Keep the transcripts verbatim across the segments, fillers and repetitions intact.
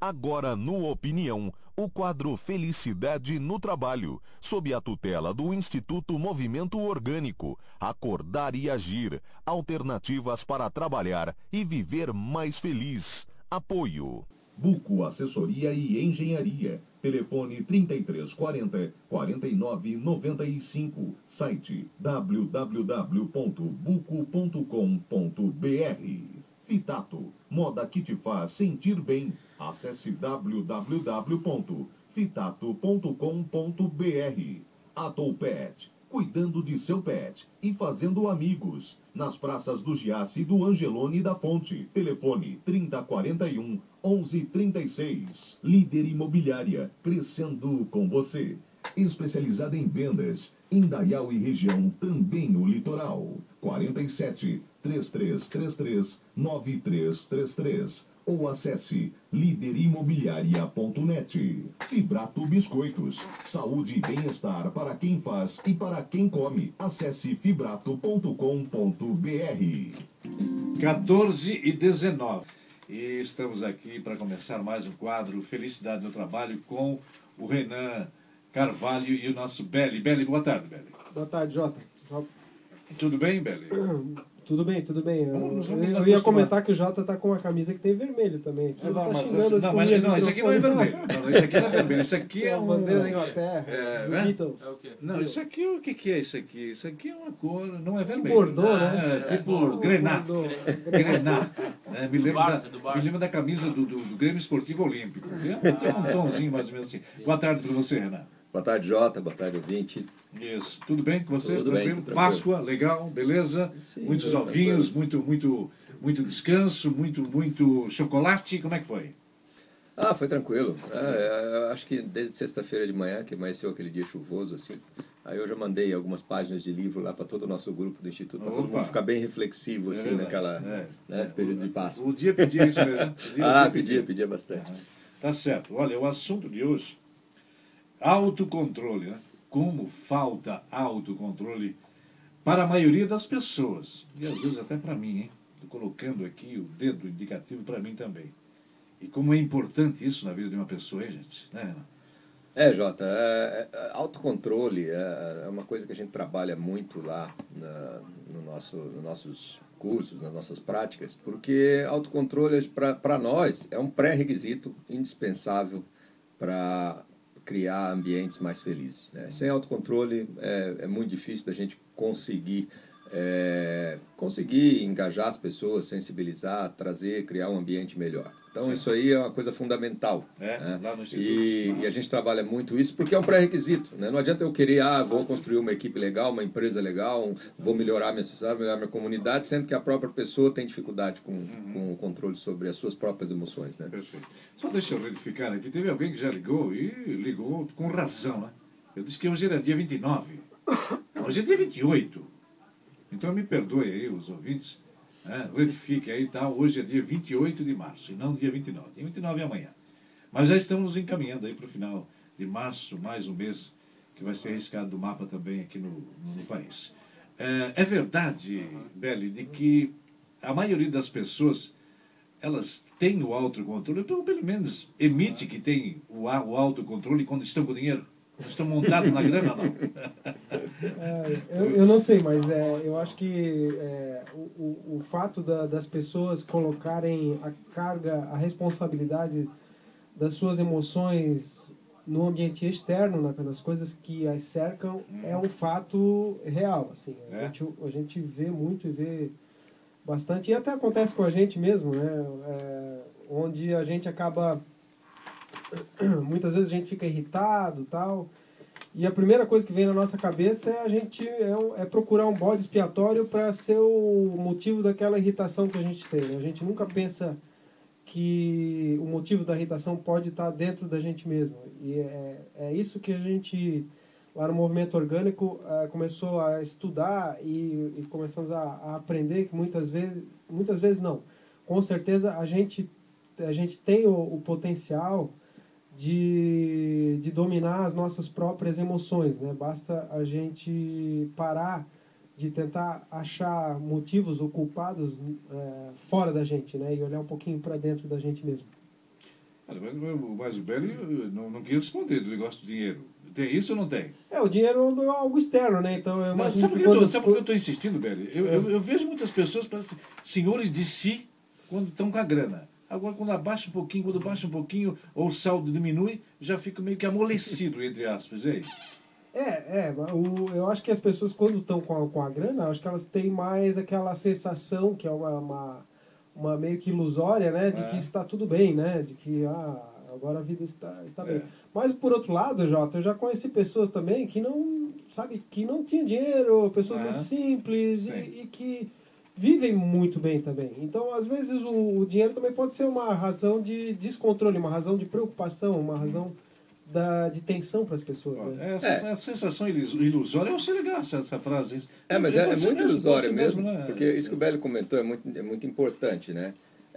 Agora no Opinião, o quadro Felicidade no Trabalho, sob a tutela do Instituto Movimento Orgânico. Acordar e agir. Alternativas para trabalhar e viver mais feliz. Apoio. Buco Assessoria e Engenharia. Telefone trinta e três quarenta, quarenta e nove noventa e cinco. Site w w w ponto buco ponto com ponto b r. Fitato, moda que te faz sentir bem. Acesse w w w ponto fitato ponto com ponto b r. Atopet, cuidando de seu pet e fazendo amigos. Nas praças do Giasse e do Angelone da Fonte. Telefone trinta quarenta e um, onze trinta e seis. Líder Imobiliária, crescendo com você. Especializada em vendas, Indaial e região, também no litoral. quarenta e sete, trinta e três trinta e três, nove três três três. Ou acesse líder imobiliária ponto net. Fibrato Biscoitos. Saúde e bem-estar para quem faz e para quem come. Acesse fibrato ponto com ponto b r. quatorze e dezenove. E estamos aqui para começar mais um quadro Felicidade no Trabalho com o Renan Carvalho e o nosso Beli. Beli, boa tarde, Beli. Boa tarde, Jota. Tudo bem, Beli? Tudo bem, tudo bem. Eu, Vamos, vamos eu, eu ia acostumar. comentar que o Jota tá com uma camisa que tem vermelho também. É, não, tá mas, xingando esse, as não, mas, comidas não, do isso aqui não é microfone. vermelho. Não, isso aqui não é vermelho. Isso aqui É é a um... bandeira da Inglaterra, É, do né? Beatles. É o quê? Não, isso aqui, o que, que é isso aqui? Isso aqui é uma cor, não é vermelho. Bordô, Ah, né? É, tipo É, grená. Bordô. Grená. É, me, lembro Barça, da, do Barça. me lembro da camisa do, do, do Grêmio Esportivo Olímpico. Tem, tem um tomzinho mais ou menos assim. Boa tarde para você, Renan. Boa tarde, Jota. Boa tarde, ouvinte. Isso. Tudo bem com vocês? Tudo bem, Tranquilo? tudo tranquilo. Páscoa, legal, beleza? Sim, Muitos tudo ovinhos, tranquilo. muito, muito, muito descanso, muito, muito chocolate. Como é que foi? Ah, foi tranquilo. É, eu acho que desde sexta-feira de manhã, que amanheceu aquele dia chuvoso, assim. Aí eu já mandei algumas páginas de livro lá para todo o nosso grupo do Instituto, para todo Opa. mundo ficar bem reflexivo, É assim, verdade. naquela É. né, período de Páscoa. O dia pedia isso mesmo. O dia- o Ah, dia pedia, pedia bastante. Tá certo. Olha, o assunto de hoje, autocontrole, né? Como falta autocontrole para a maioria das pessoas. E às vezes até para mim, hein? Estou colocando aqui o dedo indicativo para mim também. E como é importante isso na vida de uma pessoa, hein, gente? Né, Renan? É, Jota, é, é, autocontrole é, é uma coisa que a gente trabalha muito lá na, no nosso, nos nossos cursos, nas nossas práticas, porque autocontrole, para nós, é um pré-requisito indispensável para criar ambientes mais felizes, né? Sem autocontrole é, é muito difícil da gente conseguir é, conseguir engajar as pessoas, sensibilizar, trazer, criar um ambiente melhor. Então Sim. isso aí é uma coisa fundamental. É, né? lá no Instituto. E, e a gente trabalha muito isso porque é um pré-requisito, né? Não adianta eu querer, ah, vou construir uma equipe legal, uma empresa legal, um, vou melhorar minha sociedade, melhorar minha comunidade, sendo que a própria pessoa tem dificuldade com, Uhum. com o controle sobre as suas próprias emoções, né? Perfeito. Só deixa eu verificar aqui. Teve alguém que já ligou e ligou com razão, né? Eu disse que hoje era dia vinte e nove. Não, hoje é dia vinte e oito. Então me perdoe aí os ouvintes. Né? Verifique aí, tá? Hoje é dia vinte e oito de março e não dia vinte e nove. Dia vinte e nove é amanhã. Mas já estamos nos encaminhando aí para o final de março, mais um mês que vai ser arriscado do mapa também aqui no, no, no país. É, é verdade, Beli, de que a maioria das pessoas elas têm o autocontrole, ou pelo menos emite que tem o, a- o autocontrole quando estão com dinheiro. Quando estão montados na grana, não. É, eu, eu não sei, mas é, eu acho que é, o, o, o fato da, das pessoas colocarem a carga, a responsabilidade das suas emoções no ambiente externo, na- nas coisas que as cercam, é um fato real. Assim. A, É. gente, a gente vê muito e vê bastante, e até acontece com a gente mesmo, né? É, onde a gente acaba... Muitas vezes a gente fica irritado e tal, e a primeira coisa que vem na nossa cabeça é a gente é, um- é procurar um bode expiatório para ser o motivo daquela irritação que a gente tem. Né? A gente nunca pensa que o motivo da irritação pode estar dentro da gente mesmo. E é, é isso que a gente, lá no Movimento Orgânico, eh, começou a estudar e, e começamos a, a aprender que muitas vezes, muitas vezes não, com certeza a gente, a gente tem o, o potencial de, de dominar as nossas próprias emoções, né? Basta a gente parar de tentar achar motivos ou culpados é, fora da gente, né? E olhar um pouquinho para dentro da gente mesmo. Mas o Belli não, não queria responder do negócio do dinheiro. Tem isso ou não tem? É, o dinheiro é algo externo, né? Então eu Mas imagino sabe por que que eu quando... tô- sabe por que eu estou insistindo, Belli? Eu, É. eu, eu vejo muitas pessoas, parecem senhores de si, quando estão com a grana. Agora, quando abaixa um pouquinho, quando baixa um pouquinho, ou o saldo diminui, já fica meio que amolecido, entre aspas. E aí? É, é, o, eu acho que as pessoas quando estão com a, com a grana, acho que elas têm mais aquela sensação, que é uma, uma, uma meio que ilusória, né? De É. que está tudo bem, né? De que, ah, agora a vida está, está bem. É. Mas por outro lado, Jota, eu já conheci pessoas também que não, sabe, que não tinham dinheiro, pessoas Aham. muito simples e, Sim. e que vivem muito bem também. Então, às vezes, o, o dinheiro também pode ser uma razão de descontrole, uma razão de preocupação, uma razão da, de tensão para as pessoas. Né? Essa, É. essa sensação ilus- ilusória, eu achei legal essa, essa frase. É, mas é, é Pode ser muito mesmo, ilusório pode ser mesmo, né? porque isso que o Belli comentou é muito, é muito importante, né?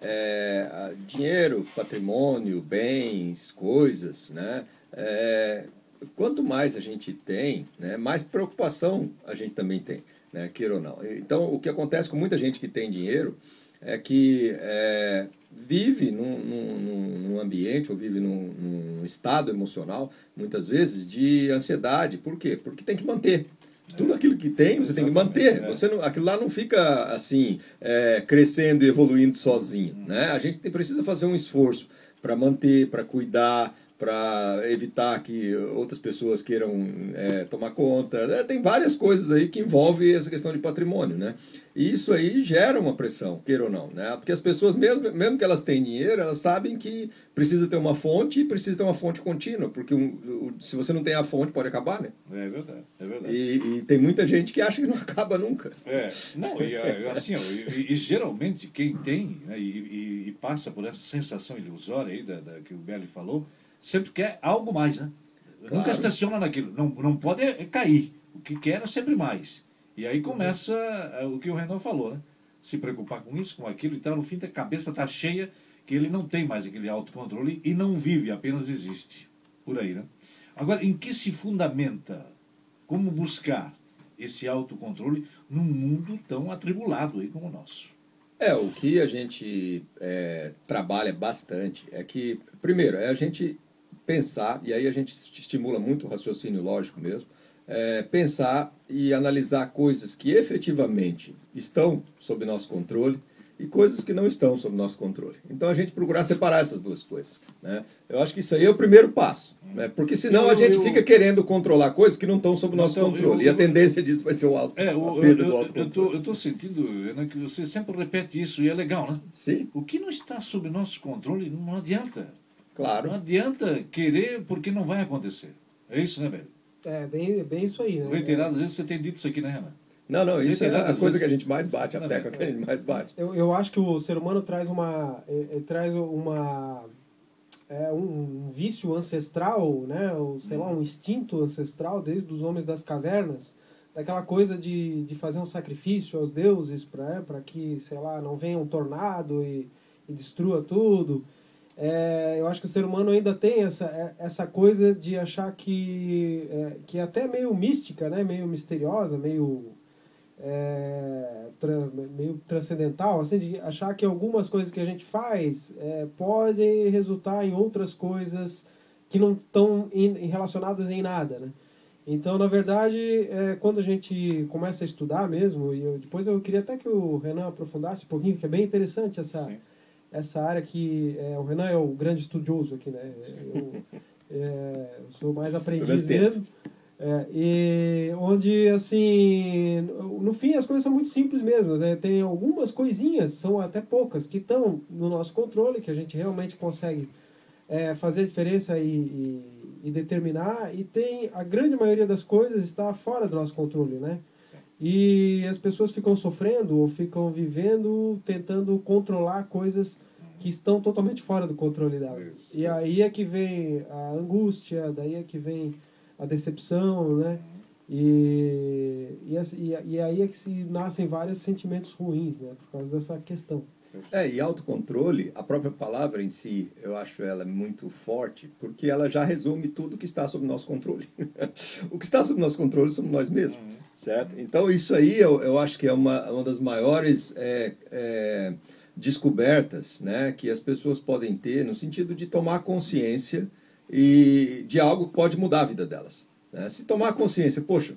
É, a- dinheiro, patrimônio, bens, coisas, né? É, quanto mais a gente tem, né, mais preocupação a gente também tem, né, queira ou não. Então, o que acontece com muita gente que tem dinheiro é que é, vive num, num, num ambiente ou vive num, num estado emocional, muitas vezes, de ansiedade. Por quê? Porque tem que manter. Tudo aquilo que tem, você tem que manter. é. Você não, aquilo lá não fica assim, é, crescendo e evoluindo sozinho. Né? A gente tem, precisa fazer um esforço para manter, para cuidar, para evitar que outras pessoas queiram é, tomar conta. É, tem várias coisas aí que envolvem essa questão de patrimônio, né? E isso aí gera uma pressão, queira ou não, né? Porque as pessoas, mesmo, mesmo que elas têm dinheiro, elas sabem que precisa ter uma fonte e precisa ter uma fonte contínua, porque um, o, se você não tem a fonte, pode acabar, né? É verdade, é verdade. E, e tem muita gente que acha que não acaba nunca. É, não, e é, assim, ó, e, e geralmente quem tem né, e, e, e passa por essa sensação ilusória aí da, da que o Belli falou, sempre quer algo mais, né? Claro. Nunca estaciona naquilo. Não, não pode é cair. O que quer é sempre mais. E aí começa é, o que o Renan falou, né? Se preocupar com isso, com aquilo e tal. No fim, a cabeça está cheia que ele não tem mais aquele autocontrole e não vive, apenas existe. Por aí, né? Agora, em que se fundamenta? Como buscar esse autocontrole num mundo tão atribulado aí como o nosso? É, o que a gente é, trabalha bastante é que, primeiro, é a gente pensar, e aí a gente estimula muito o raciocínio lógico mesmo, é, pensar e analisar coisas que efetivamente estão sob nosso controle e coisas que não estão sob nosso controle. Então a gente procurar separar essas duas coisas. Né? Eu acho que isso aí é o primeiro passo, né? Porque senão Eu- a gente eu- fica querendo controlar coisas que não estão sob nosso Então, controle. eu- e a eu- tendência disso vai ser o auto, É, a o, eu, perda eu, do eu, autocontrole. tô, eu tô sentindo, Renan, que você sempre repete isso e é legal, né? Sim, O que não está sob nosso controle não adianta. claro. Não adianta querer porque não vai acontecer. É isso, né, velho? É bem, bem isso aí, né? Reiteradas vezes você tem dito isso aqui, né, Renan? Não, não, isso é a Reiteradas coisa vezes. que a gente mais bate, a Não, tecla que a gente mais bate. Eu, eu acho que o ser humano traz uma eh, eh, traz uma é, um, um vício ancestral, né? Ou, sei lá, um instinto ancestral desde os homens das cavernas, daquela coisa de, de fazer um sacrifício aos deuses para para que, sei lá, não venha um tornado e, e destrua tudo. É, eu acho que o ser humano ainda tem essa, é, essa coisa de achar que é, que é até meio mística, né? Meio misteriosa, meio é, tra, meio transcendental, assim, de achar que algumas coisas que a gente faz é, podem resultar em outras coisas que não estão relacionadas em nada, né? Então, na verdade, é, quando a gente começa a estudar mesmo, e eu, depois eu queria até que o Renan aprofundasse um pouquinho, que é bem interessante essa, Sim. essa área que é, o Renan é o grande estudioso aqui, né? Eu, é, eu sou mais aprendiz mesmo. É, e onde, assim, no fim as coisas são muito simples mesmo, né? Tem algumas coisinhas, são até poucas, que estão no nosso controle, que a gente realmente consegue é, fazer a diferença e, e, e determinar, e tem a grande maioria das coisas está fora do nosso controle, né? E as pessoas ficam sofrendo ou ficam vivendo tentando controlar coisas que estão totalmente fora do controle delas. Isso, E isso. aí é que vem a angústia, daí é que vem a decepção, né? E, e, e, e aí é que se nascem vários sentimentos ruins, né? Por causa dessa questão. É, e autocontrole, a própria palavra em si, eu acho ela muito forte, porque ela já resume tudo que está sob nosso controle. O que está sob nosso controle somos nós mesmos, certo? Então isso aí eu, eu acho que é uma, uma das maiores é, é, descobertas, né, que as pessoas podem ter no sentido de tomar consciência e de algo que pode mudar a vida delas. Né? Se tomar consciência, poxa,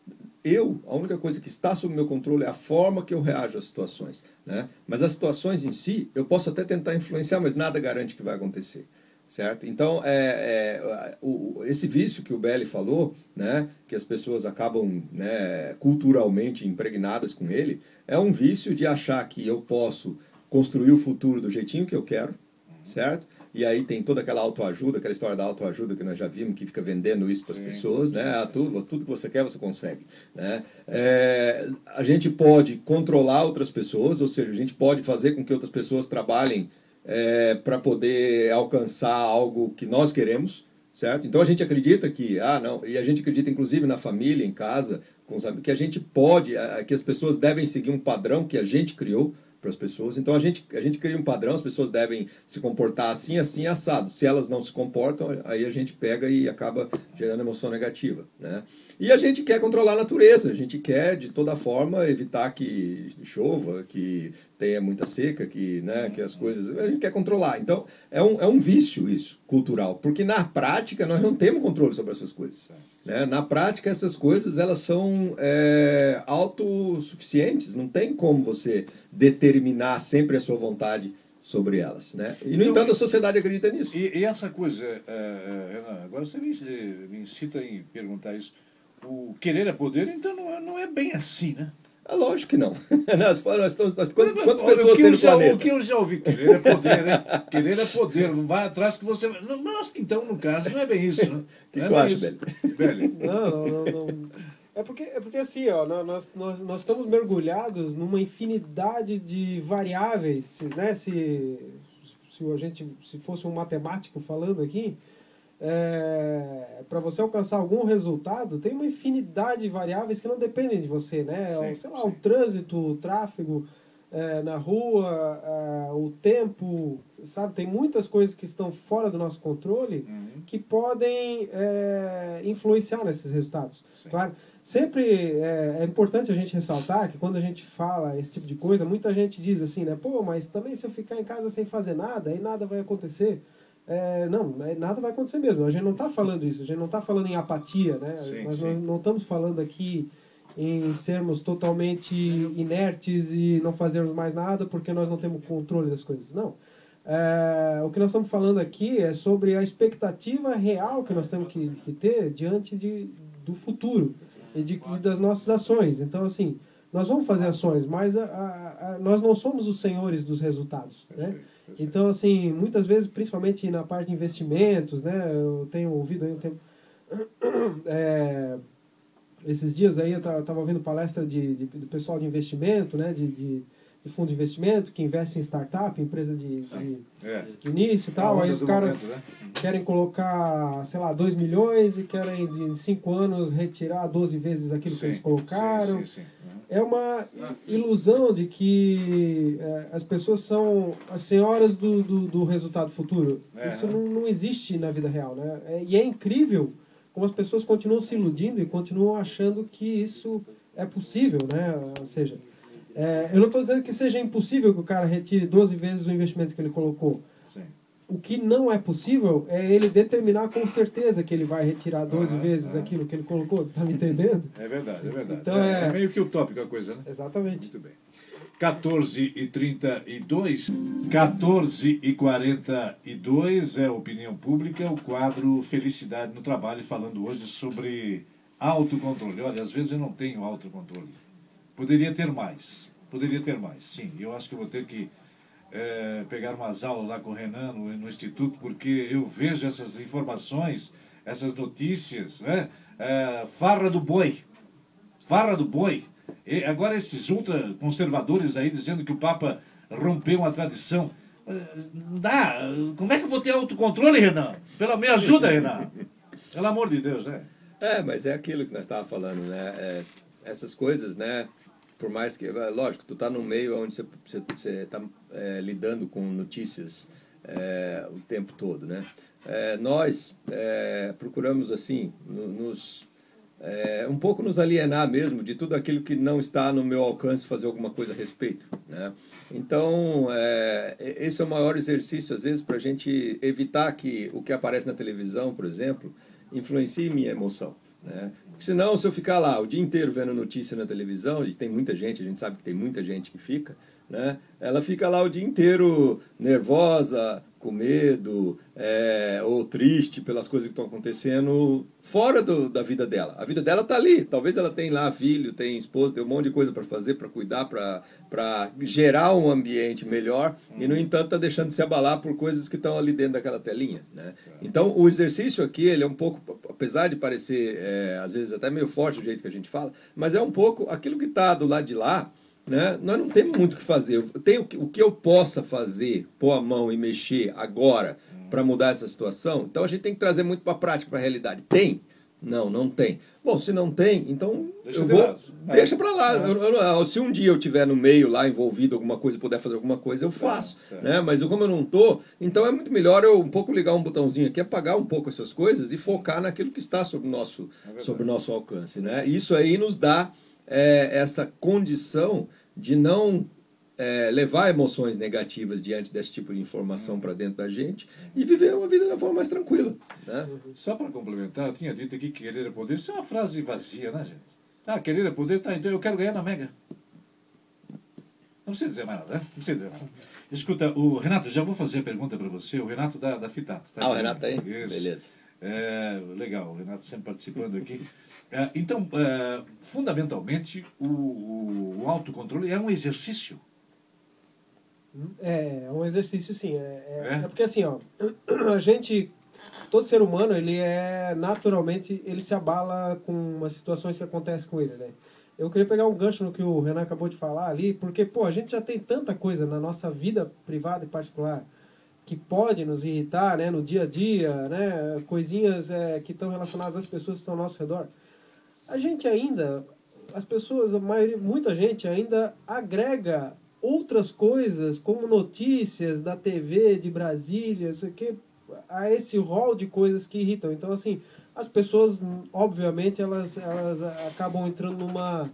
eu, a única coisa que está sob meu controle é a forma que eu reajo às situações. Né? Mas as situações em si, eu posso até tentar influenciar, mas nada garante que vai acontecer. Certo? Então, é, é, o, esse vício que o Belli falou, né, que as pessoas acabam, né, culturalmente impregnadas com ele, é um vício de achar que eu posso construir o futuro do jeitinho que eu quero, certo? E aí tem toda aquela autoajuda, aquela história da autoajuda que nós já vimos, que fica vendendo isso para as pessoas, né? Ah, tudo, tudo que você quer, você consegue. Né? É, a gente pode controlar outras pessoas, ou seja, a gente pode fazer com que outras pessoas trabalhem É, para poder alcançar algo que nós queremos, certo? Então a gente acredita que, ah, não, e a gente acredita inclusive na família, em casa, com, sabe, que a gente pode, que as pessoas devem seguir um padrão que a gente criou para as pessoas. Então a gente, a gente cria um padrão, as pessoas devem se comportar assim, assim, assado. Se elas não se comportam, aí a gente pega e acaba gerando emoção negativa, né? E a gente quer controlar a natureza, a gente quer, de toda forma, evitar que chova, que tenha muita seca, que, né, que as coisas... A gente quer controlar. Então, é um, é um vício isso, cultural, porque na prática nós não temos controle sobre essas coisas. Né? Na prática, essas coisas elas são é, autossuficientes, não tem como você determinar sempre a sua vontade sobre elas. Né? E, no então, entanto, a sociedade acredita nisso. E, e essa coisa, uh, Renan, agora você me, me incita em perguntar isso. O querer é poder, então não é, não é bem assim, né? É lógico que não. nós, nós estamos, nós, quantas, quantas pessoas tem no já, planeta? O que eu já ouvi, querer é poder, né? Querer é poder, não vai atrás que você... Não, mas, então, no caso, não é bem isso, né? O que não tu é acha, Belli? Não, não, não, não. É porque, é porque assim, ó, nós, nós, nós estamos mergulhados numa infinidade de variáveis, né? Se, se a gente se fosse um matemático falando aqui, é, para você alcançar algum resultado, tem uma infinidade de variáveis que não dependem de você, né? Sim, Sei lá, sim. o trânsito, o tráfego é, na rua, é, o tempo, sabe? Tem muitas coisas que estão fora do nosso controle Uhum. que podem é, influenciar nesses resultados. Sim. Claro, sempre é, é importante a gente ressaltar que quando a gente fala esse tipo de coisa, muita gente diz assim, né? Pô, mas também se eu ficar em casa sem fazer nada, aí nada vai acontecer. É, não, nada vai acontecer mesmo. A gente não está falando isso, a gente não está falando em apatia, né? Sim, Nós sim. não, não estamos falando aqui em sermos totalmente inertes e não fazermos mais nada porque nós não temos controle das coisas. Não. É, o que nós estamos falando aqui é sobre a expectativa real que nós temos que, que ter diante de, do futuro e, de, e das nossas ações. Então, assim, nós vamos fazer ações, mas a, a, a, nós não somos os senhores dos resultados, né? Então, assim, muitas vezes, principalmente na parte de investimentos, né, eu tenho ouvido aí um tempo, é, esses dias aí eu estava ouvindo palestra de, de, do pessoal de investimento, né, de, de, de fundo de investimento, que investe em startup, empresa de, de, É. de início e tal, É a aí onda os do caras momento, né? querem colocar, sei lá, dois milhões e querem, em cinco anos, retirar doze vezes aquilo Sim, que eles colocaram. Sim, sim, sim. Uhum. É uma ilusão de que é, as pessoas são as senhoras do, do, do resultado futuro. É, Isso né? não, não existe na vida real, né? É, e é incrível como as pessoas continuam se iludindo e continuam achando que isso é possível, né? Ou seja, é, eu não estou dizendo que seja impossível que o cara retire doze vezes o investimento que ele colocou. Sim. O que não é possível é ele determinar com certeza que ele vai retirar doze Aham, vezes aham. aquilo que ele colocou. Tá me entendendo? É verdade, é verdade. Então, é, é- é meio que utópica a coisa, né? Exatamente. Muito bem. quatorze e trinta e dois, quatorze e quarenta e dois é Opinião Pública, o quadro Felicidade no Trabalho, falando hoje sobre autocontrole. Olha, às vezes eu não tenho autocontrole. Poderia ter mais. Poderia ter mais, sim. Eu acho que eu vou ter que é, pegar umas aulas lá com o Renan no, no Instituto, porque eu vejo essas informações, essas notícias, né? É, farra do boi. Farra do boi. E agora esses ultraconservadores aí dizendo que o Papa rompeu uma tradição. Não dá. Como é que eu vou ter autocontrole, Renan? Pela me ajuda, Renan. Pelo amor de Deus, né? É, mas é aquilo que nós estávamos falando, né? É, essas coisas, né? Por mais que... Lógico, tu tá num meio onde você, você, você tá é, lidando com notícias é, o tempo todo, né? É, nós é, procuramos, assim, no, nos... é, um pouco nos alienar mesmo de tudo aquilo que não está no meu alcance fazer alguma coisa a respeito, né? Então, é, esse é o maior exercício, às vezes, para a gente evitar que o que aparece na televisão, por exemplo, influencie minha emoção, né? Porque senão, se eu ficar lá o dia inteiro vendo notícia na televisão, e tem muita gente, a gente sabe que tem muita gente que fica, né? Ela fica lá o dia inteiro nervosa, com medo, é, ou triste pelas coisas que estão acontecendo fora do, da vida dela. A vida dela está ali. Talvez ela tenha lá filho, tem esposa, tem um monte de coisa para fazer, para cuidar, para gerar um ambiente melhor, hum. e, no entanto, está deixando se abalar por coisas que estão ali dentro daquela telinha, né? Então, o exercício aqui, ele é um pouco, apesar de parecer, é, às vezes, até meio forte o jeito que a gente fala, mas é um pouco aquilo que está do lado de lá, né? Nós não temos muito o que fazer. Tem o que, o que eu possa fazer, pôr a mão e mexer agora para mudar essa situação. Então a gente tem que trazer muito para a prática, para a realidade. Tem? Não, não tem. Bom, se não tem, então deixa eu vou, deixa para lá. É. Eu, eu, se um dia eu estiver no meio lá, envolvido em alguma coisa, puder fazer alguma coisa, eu faço. É, né? Mas eu, como eu não estou, então é muito melhor eu um pouco ligar um botãozinho aqui, apagar um pouco essas coisas e focar naquilo que está sob o nosso, é sobre o nosso alcance, né? Isso aí nos dá é, essa condição de não é, levar emoções negativas diante desse tipo de informação para dentro da gente e viver uma vida de uma forma mais tranquila, né? Só para complementar, eu tinha dito aqui que querer é poder. Isso é uma frase vazia, né, gente? Ah, querer é poder, tá, então eu quero ganhar na Mega. Não precisa dizer mais nada, né? Não precisa dizer nada. Escuta, o Renato, já vou fazer a pergunta para você, o Renato da, da Fitato. Tá? Ah, o Renato tá aí? Isso. Beleza. É, legal, o Renato sempre participando aqui. É, então, é, fundamentalmente, o, o, o autocontrole é um exercício. É, é um exercício, sim. É, é, É? é porque, assim, ó, a gente, todo ser humano, ele é, naturalmente, ele se abala com as situações que acontecem com ele, né? Eu queria pegar um gancho no que o Renan acabou de falar ali, porque, pô, a gente já tem tanta coisa na nossa vida privada e particular que pode nos irritar, né, no dia a dia, né, coisinhas é, que estão relacionadas às pessoas que estão ao nosso redor. A gente ainda, as pessoas, a maioria, muita gente ainda agrega outras coisas, como notícias da T V de Brasília, isso aqui, a esse rol de coisas que irritam. Então, assim, as pessoas, obviamente, elas, elas acabam entrando numa,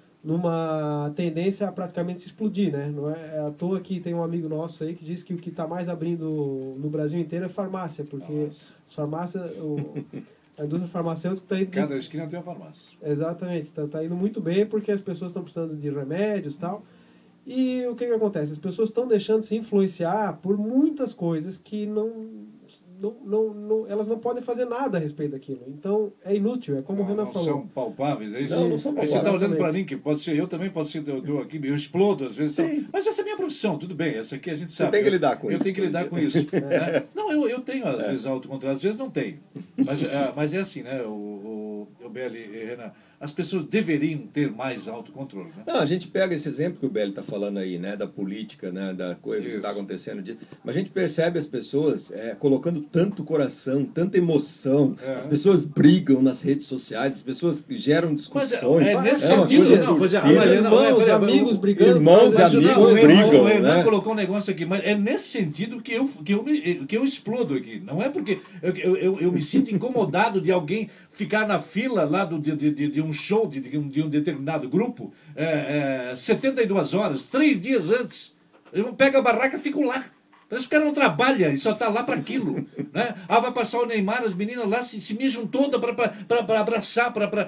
numa tendência a praticamente explodir, né? Não é, é à toa que tem um amigo nosso aí que diz que o que está mais abrindo no Brasil inteiro é farmácia, porque Nossa. farmácia... O, a indústria farmacêutica está indo... Cada esquina tem uma farmácia. Exatamente, está tá indo muito bem porque as pessoas estão precisando de remédios e tal. E o que, que acontece? As pessoas estão deixando se influenciar por muitas coisas que não, não, não, não, elas não podem fazer nada a respeito daquilo. Então, é inútil, é como não, o Renan não falou. Não são palpáveis, é isso? Não, não são palpáveis. Aí você está olhando para mim, que pode ser, eu também posso ser, eu estou aqui, eu explodo às vezes. Sim. Mas essa é a minha profissão, tudo bem, essa aqui a gente sabe. Você tem que lidar com eu, isso. Eu tenho que lidar com isso. Né? Não, eu, eu tenho às é. vezes autocontrole, às vezes não tenho. Mas, é, mas é assim, né, o, o, o Beli e Renan, as pessoas deveriam ter mais autocontrole, né? Não, a gente pega esse exemplo que o Beli está falando aí, né, da política, né, da coisa Isso. que está acontecendo. Mas a gente percebe as pessoas é, colocando tanto coração, tanta emoção. É. As pessoas brigam nas redes sociais, as pessoas geram discussões. Mas é, é nesse é sentido, não, pois é, mas, irmãos, não, é, amigos brigando. Irmãos e amigos não, brigam. O Renan né? colocou um negócio aqui, mas é nesse sentido que eu, que eu, me, que eu explodo aqui. Não é porque eu, eu, eu, eu me sinto incomodado de alguém ficar na fila lá do, de, de, de um show de, de, um, de um determinado grupo é, é, setenta e duas horas, três dias antes. Eu pego a barraca e fico lá. Parece que o cara não trabalha e só está lá para aquilo. Né? Ah, vai passar o Neymar, as meninas lá se, se mijam toda para abraçar, para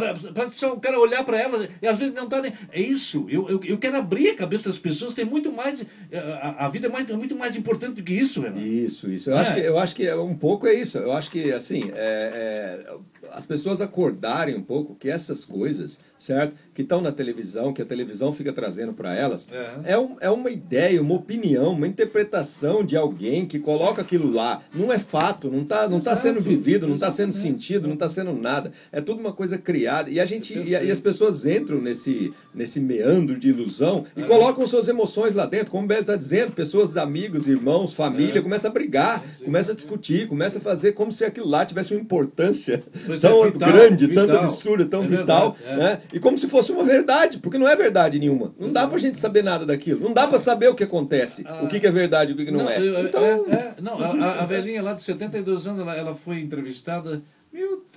só o cara olhar para ela, e às vezes não está nem... É isso, eu, eu, eu quero abrir a cabeça das pessoas, tem muito mais... A, a vida é mais, muito mais importante do que isso, Renato. Isso, isso. Eu, é. acho que, eu acho que um pouco é isso. Eu acho que, assim, é, é, as pessoas acordarem um pouco que essas coisas, certo? Que estão na televisão, que a televisão fica trazendo para elas, é. É, um, é uma ideia, uma opinião, uma interpretação de alguém que coloca aquilo lá. Não é fato, não está não tá sendo vivido, não está sendo sentido, não está sendo nada. É tudo uma coisa criada. E, a gente, e, e as pessoas entram nesse, nesse meandro de ilusão e é. colocam suas emoções lá dentro. Como o Beli está dizendo, pessoas, amigos, irmãos, família, é. começa a brigar, sim, sim. começa a discutir, começa a fazer como se aquilo lá tivesse uma importância pois tão é, vital, grande, vital. tão absurda, tão é vital. Verdade, né? E como se fosse uma verdade, porque não é verdade nenhuma. Não dá pra gente saber nada daquilo. Não dá pra saber o que acontece, ah, o que, que é verdade e o que, que não, não é. Então... é, é não, a, a velhinha lá de setenta e dois anos, ela, ela foi entrevistada. Meu Deus,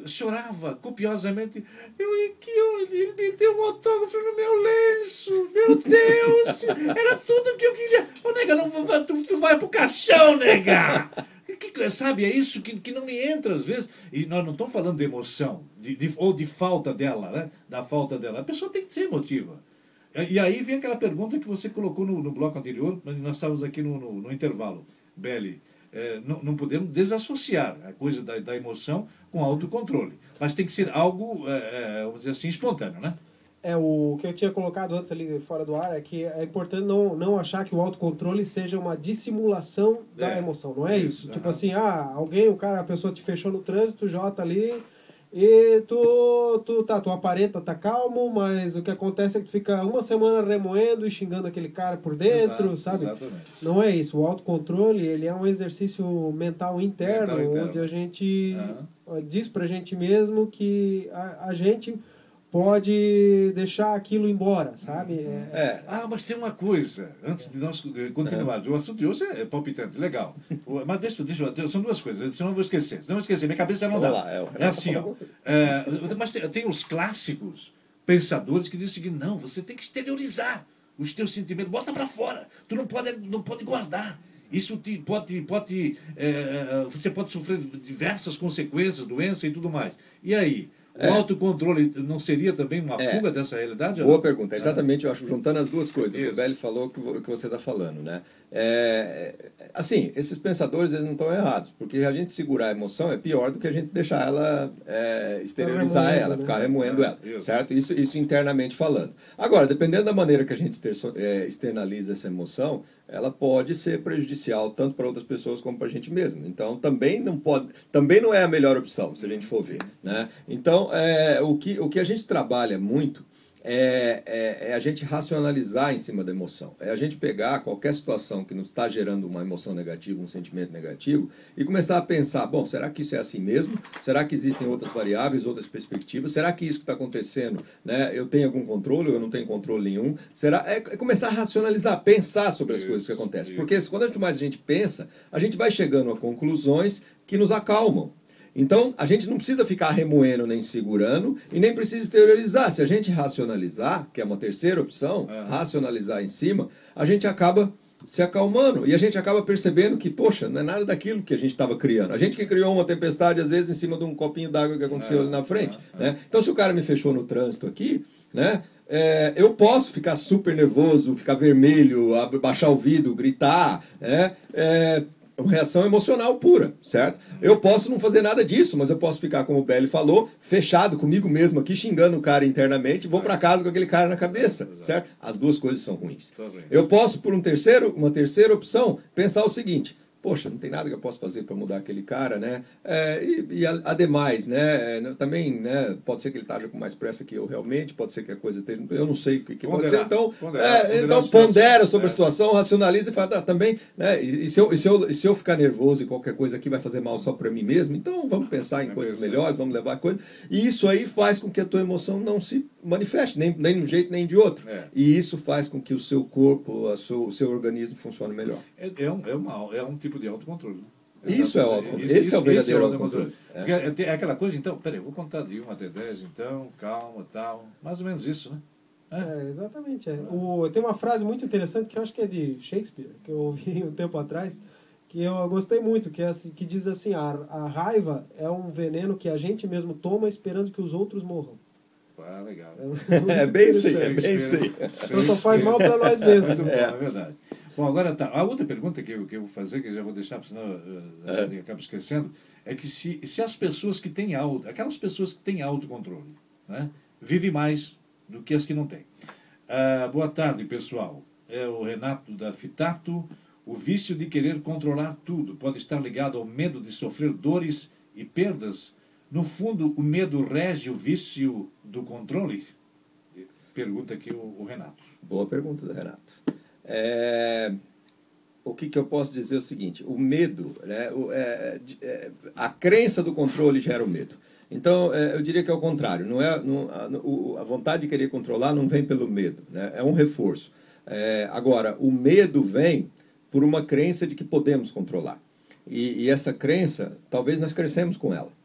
chorava copiosamente. Eu que ele me deu um autógrafo no meu lenço. Meu Deus! Era tudo que eu queria. Ô, nega, não, tu, tu vai pro caixão, nega! Que, sabe, é isso que, que não me entra às vezes. E nós não estamos falando de emoção, de, de, ou de falta dela, né? Da falta dela. A pessoa tem que ser emotiva. E aí vem aquela pergunta que você colocou no, no bloco anterior, mas nós estávamos aqui no, no, no intervalo, Beli. É, não, não podemos desassociar a coisa da, da emoção com autocontrole. Mas tem que ser algo, é, é, vamos dizer assim, espontâneo, né? É, o que eu tinha colocado antes ali fora do ar é que é importante não, não achar que o autocontrole seja uma dissimulação da É, emoção. Não é isso? isso, Tipo aham. assim, ah, alguém, o cara, a pessoa te fechou no trânsito, Jota ali, e tu, tu, tá, tu aparenta, tá calmo, mas o que acontece é que tu fica uma semana remoendo e xingando aquele cara por dentro, Exato, sabe? exatamente. Não é isso. O autocontrole, ele é um exercício mental interno, Mental interno. onde a gente Aham. diz pra gente mesmo que a, a gente pode deixar aquilo embora, sabe? É, É, Ah, mas tem uma coisa, antes de nós continuarmos, o assunto de hoje é palpitante, legal. O- Mas deixa, deixa eu, são duas coisas, senão eu vou esquecer. Senão eu vou esquecer, minha cabeça já não Vamos dá. lá, é, o É Renato assim, ó. falou. É, mas tem, tem os clássicos pensadores que dizem o seguinte: não, você tem que exteriorizar os teus sentimentos, bota para fora. Tu não pode, não pode guardar. Isso te, pode, pode é, você pode sofrer diversas consequências, doença e tudo mais. E aí? O É. autocontrole não seria também uma É. fuga dessa realidade? ou Boa não? pergunta. Exatamente, eu acho, juntando as duas coisas, o que o Isso. Belli falou, que vo- que você está falando, né? É, é, assim, esses pensadores, eles não estão errados, porque a gente segurar a emoção é pior do que a gente deixar ela, é, exteriorizar remoendo, ela, né? ficar remoendo É, ela, isso. certo? Isso, isso internamente falando. Agora, dependendo da maneira que a gente exterso- é, externaliza essa emoção, ela pode ser prejudicial tanto para outras pessoas como para a gente mesmo. Então, também não pode, também não é a melhor opção, se a gente for ver, né? Então, é, o que, o que a gente trabalha muito é, é, é a gente racionalizar em cima da emoção. É a gente pegar qualquer situação que nos está gerando uma emoção negativa, um sentimento negativo, e começar a pensar, bom, será que isso é assim mesmo? Será que existem outras variáveis, outras perspectivas? Será que isso que está acontecendo, né, eu tenho algum controle ou eu não tenho controle nenhum? Será? É, é começar a racionalizar, pensar sobre as Isso, coisas que acontecem. isso. Porque quando mais a gente pensa, a gente vai chegando a conclusões que nos acalmam. Então, a gente não precisa ficar remoendo nem segurando e nem precisa exteriorizar. Se a gente racionalizar, que é uma terceira opção, É. racionalizar em cima, a gente acaba se acalmando e a gente acaba percebendo que, poxa, não é nada daquilo que a gente estava criando. A gente que criou uma tempestade, às vezes, em cima de um copinho d'água que aconteceu É, ali na frente. é, Né? Então, se o cara me fechou no trânsito aqui, né? É, eu posso ficar super nervoso, ficar vermelho, baixar o vidro, gritar, né? É, uma reação emocional pura, certo? Eu posso não fazer nada disso, mas eu posso ficar, como o Belli falou, fechado comigo mesmo aqui, xingando o cara internamente, e vou para casa com aquele cara na cabeça, certo? As duas coisas são ruins. Eu posso, por um terceiro, uma terceira opção, pensar o seguinte: poxa, não tem nada que eu possa fazer para mudar aquele cara, né? É, e, e ademais, né? Também, né? Pode ser que ele esteja com mais pressa que eu realmente, pode ser que a coisa esteja... Eu não sei o que, que pode ser. Então, Ponderar, é, ponderar então a situação. pondera sobre É. a situação, racionaliza e fala, tá, também, né? E, e, se eu, e, se eu, e se eu ficar nervoso e qualquer coisa aqui vai fazer mal só para mim mesmo, então vamos pensar em Vai coisas pensar. melhores, vamos levar coisas. E isso aí faz com que a tua emoção não se manifeste, nem, nem de um jeito nem de outro. É. E isso faz com que o seu corpo, a seu, o seu organismo funcione melhor. É, é, um, é, uma, é um tipo de autocontrole. Né? Isso é o autocontrole. Esse é o verdadeiro autocontrole. Porque É. é aquela coisa, então, peraí, eu vou contar de um até dez, então, calma, tal. Mais ou menos isso, né? É, exatamente. É. O, tem uma frase muito interessante que eu acho que é de Shakespeare, que eu ouvi um tempo atrás, que eu gostei muito, que, é, assim, que diz assim, a, a raiva é um veneno que a gente mesmo toma esperando que os outros morram. Ah, legal. É bem isso aí, é bem isso aí. Então só faz mal para nós mesmos. Muito bom, é verdade. Bom, agora tá. A outra pergunta que eu, que eu vou fazer, que eu já vou deixar, senão uh, a gente acaba esquecendo, é que se, se as pessoas que têm auto, aquelas pessoas que têm autocontrole, né, vivem mais do que as que não têm. Ah, boa tarde, pessoal. É o Renato da Fitato. O vício de querer controlar tudo pode estar ligado ao medo de sofrer dores e perdas. No fundo, o medo rege o vício do controle? Pergunta aqui o, o Renato. Boa pergunta do Renato. É, o que, que eu posso dizer é o seguinte: o medo, né, o, é, é, a crença do controle gera o medo. Então, é, eu diria que é o contrário. Não é, não, a, a vontade de querer controlar não vem pelo medo, né, é um reforço. É, agora, o medo vem por uma crença de que podemos controlar. E, e essa crença, talvez nós crescemos com ela.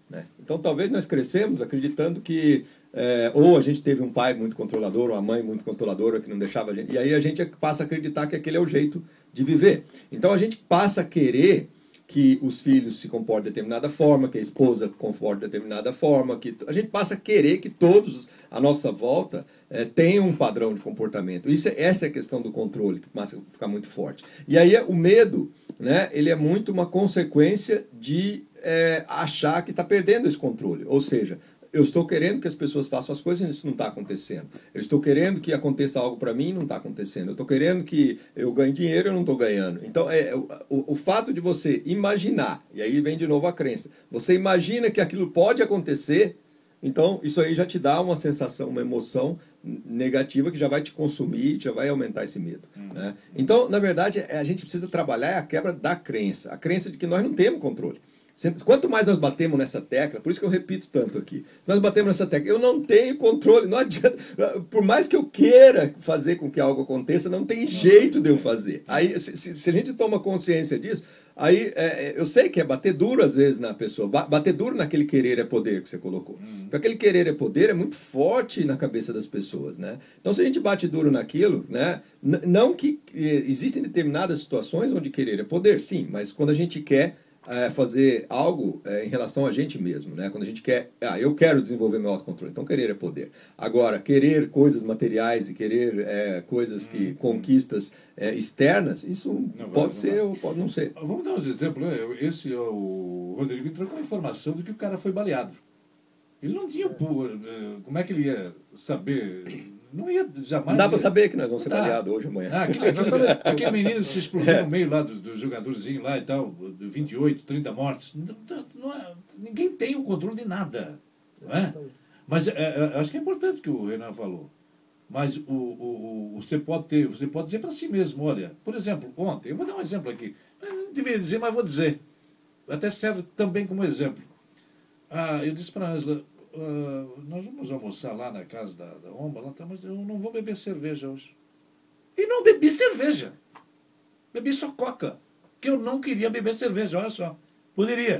né? Então, talvez nós crescemos acreditando que é, ou a gente teve um pai muito controlador, ou uma mãe muito controladora que não deixava a gente... E aí a gente passa a acreditar que aquele é o jeito de viver. Então, a gente passa a querer que os filhos se comportem de determinada forma, que a esposa comporte de determinada forma, que a gente passa a querer que todos à nossa volta é, tenham um padrão de comportamento. Isso, essa é a questão do controle, que passa a ficar muito forte. E aí o medo, né, ele é muito uma consequência de é, achar que está perdendo esse controle. Ou seja, eu estou querendo que as pessoas façam as coisas e isso não está acontecendo. Eu estou querendo que aconteça algo para mim e não está acontecendo. Eu estou querendo que eu ganhe dinheiro e eu não estou ganhando. Então, é, o, o, o fato de você imaginar, e aí vem de novo a crença, você imagina que aquilo pode acontecer, então isso aí já te dá uma sensação, uma emoção negativa que já vai te consumir, já vai aumentar esse medo. Hum. Né? Então, na verdade, a gente precisa trabalhar a quebra da crença. A crença de que nós não temos controle. Quanto mais nós batemos nessa tecla, por isso que eu repito tanto aqui, se nós batemos nessa tecla, eu não tenho controle, não adianta, por mais que eu queira fazer com que algo aconteça, não tem jeito de eu fazer. Aí, se, se a gente toma consciência disso, aí é, eu sei que é bater duro às vezes na pessoa, bater duro naquele querer é poder que você colocou. Hum. Porque aquele querer é poder é muito forte na cabeça das pessoas, né? Então se a gente bate duro naquilo, né? Não que existem determinadas situações onde querer é poder, sim, mas quando a gente quer É fazer algo é, em relação a gente mesmo, né? Quando a gente quer, ah, eu quero desenvolver meu autocontrole, então querer é poder. Agora, querer coisas materiais e querer é, coisas que, hum, conquistas é, externas, isso não pode vai, ser ou pode não ser. Vamos dar uns exemplos, né? Esse, o Rodrigo entrou com a informação de que o cara foi baleado. Ele não tinha, como é que ele ia saber... Não ia jamais... Não dá para saber que nós vamos ser baleados hoje ou amanhã. Ah, aquele, aquele menino se explodiu é. no meio lá do, do jogadorzinho lá e tal, de vinte e oito, trinta mortes. Não, não é, ninguém tem o controle de nada. Não é? Mas é, é, acho que é importante o que o Renan falou. Mas o, o, o, você, pode ter, você pode dizer para si mesmo, olha, por exemplo, ontem, eu vou dar um exemplo aqui. Eu não deveria dizer, mas vou dizer. Até serve também como exemplo. Ah, eu disse para a Ângela, uh, nós vamos almoçar lá na casa da, da Omba, lá, tá, mas eu não vou beber cerveja hoje. E não bebi cerveja. Bebi só coca. Porque eu não queria beber cerveja, olha só. Poderia.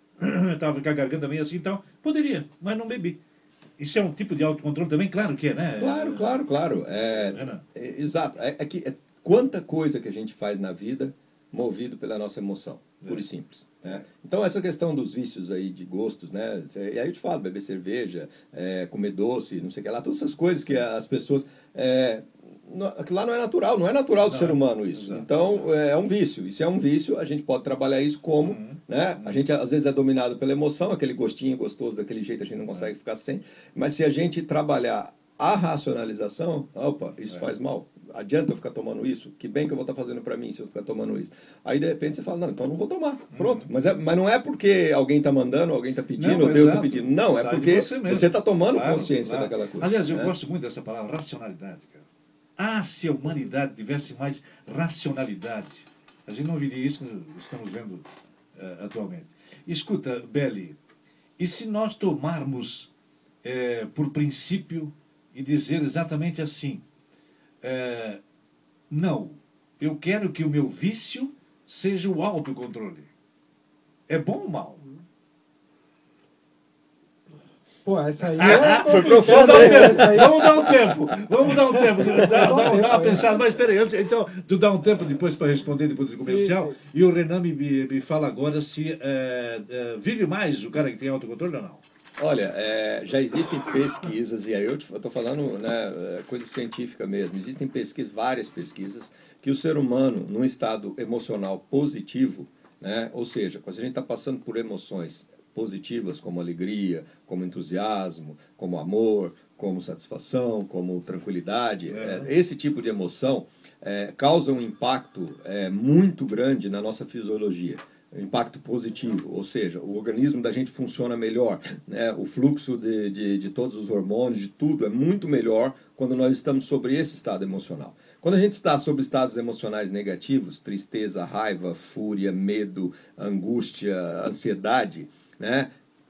Eu estava com a garganta meio assim e tal. Poderia, mas não bebi. Isso é um tipo de autocontrole também? Claro que é, né? Claro, claro, claro. É, é, exato. É, é que é, quanta coisa que a gente faz na vida movido pela nossa emoção, pura e simples. Né? Então, essa questão dos vícios aí de gostos, né? E aí eu te falo, beber cerveja, é, comer doce, não sei o que lá, todas essas coisas que as pessoas... É, aquilo lá não é natural, não é natural do não, ser humano isso. Exato, então, exato. É um vício. E se é um vício, a gente pode trabalhar isso como... Uhum, né? Uhum. A gente, às vezes, é dominado pela emoção, aquele gostinho gostoso daquele jeito a gente não consegue uhum. ficar sem. Mas se a gente trabalhar a racionalização, opa, isso é. faz mal. Adianta eu ficar tomando isso? Que bem que eu vou estar fazendo para mim se eu ficar tomando isso? Aí, de repente, você fala, não, então não vou tomar. Pronto. Uhum. Mas, é, mas não é porque alguém está mandando, alguém está pedindo, não, ou Deus está pedindo. Não, Sai é porque você está tomando claro, consciência claro. daquela coisa. Aliás, eu né? gosto muito dessa palavra, racionalidade, cara. Ah, se a humanidade tivesse mais racionalidade. A gente não viria isso que estamos vendo uh, atualmente. Escuta, Beli, e se nós tomarmos eh, por princípio e dizer exatamente assim, eh, não, eu quero que o meu vício seja o autocontrole. É bom ou mal? Pô, essa aí ah, é foi profundo. Vamos dar um tempo. Vamos dar um tempo. Dá, dá, dá uma pensada. Mas espera aí, antes, então, tu dá um tempo depois para responder depois do comercial. Sim, sim. E o Renan me, me fala agora se é, é, vive mais o cara que tem autocontrole ou não. Olha, é, já existem pesquisas, e aí eu estou falando né, coisa científica mesmo, existem pesquisas, várias pesquisas, que o ser humano, num estado emocional positivo, né, ou seja, quando a gente está passando por emoções positivas, como alegria, como entusiasmo, como amor, como satisfação, como tranquilidade, é. É, esse tipo de emoção é, causa um impacto é, muito grande na nossa fisiologia. Impacto positivo, ou seja, o organismo da gente funciona melhor, né? O fluxo de, de, de todos os hormônios, de tudo, é muito melhor quando nós estamos sobre esse estado emocional. Quando a gente está sobre estados emocionais negativos, tristeza, raiva, fúria, medo, angústia, ansiedade, né?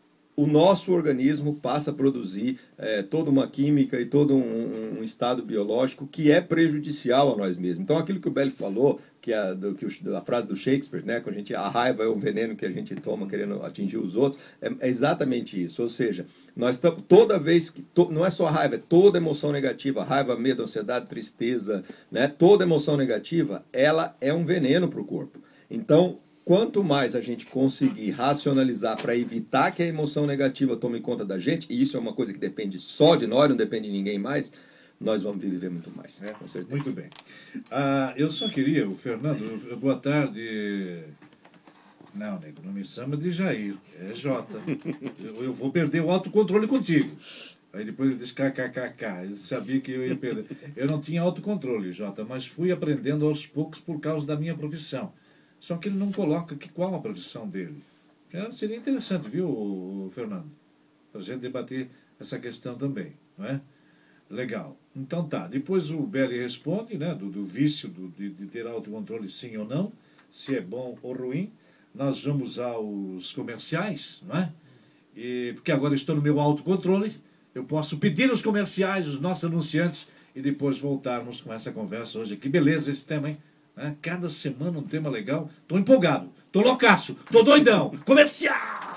o nosso organismo passa a produzir é, toda uma química e todo um, um estado biológico que é prejudicial a nós mesmos. Então, aquilo que o Belli falou, que a, do, que o, a frase do Shakespeare, né, que a, gente, a raiva é um veneno que a gente toma querendo atingir os outros, é, é exatamente isso. Ou seja, nós estamos toda vez que, to, não é só a raiva, é toda emoção negativa, raiva, medo, ansiedade, tristeza, né, toda emoção negativa, ela é um veneno para o corpo. Então, quanto mais a gente conseguir racionalizar para evitar que a emoção negativa tome conta da gente, e isso é uma coisa que depende só de nós, não depende de ninguém mais, nós vamos viver muito mais, é, com certeza. Muito bem. Ah, eu só queria, o Fernando, boa tarde. Não, nego, não me chama de Jair, é Jota. Eu, eu vou perder o autocontrole contigo. Aí depois ele disse kkkk, eu sabia que eu ia perder. Eu não tinha autocontrole, Jota, mas fui aprendendo aos poucos por causa da minha profissão. Só que ele não coloca que qual a profissão dele. É, seria interessante, viu, Fernando? Para a gente debater essa questão também, não é? Legal. Então tá. Depois o Belli responde, né, do, do vício do, de, de ter autocontrole sim ou não, se é bom ou ruim. Nós vamos aos comerciais, não é? E, porque agora estou no meu autocontrole, eu posso pedir os comerciais, os nossos anunciantes, e depois voltarmos com essa conversa hoje. Que beleza esse tema, hein? É, cada semana um tema legal. Estou empolgado, estou loucaço, estou doidão. Comercial!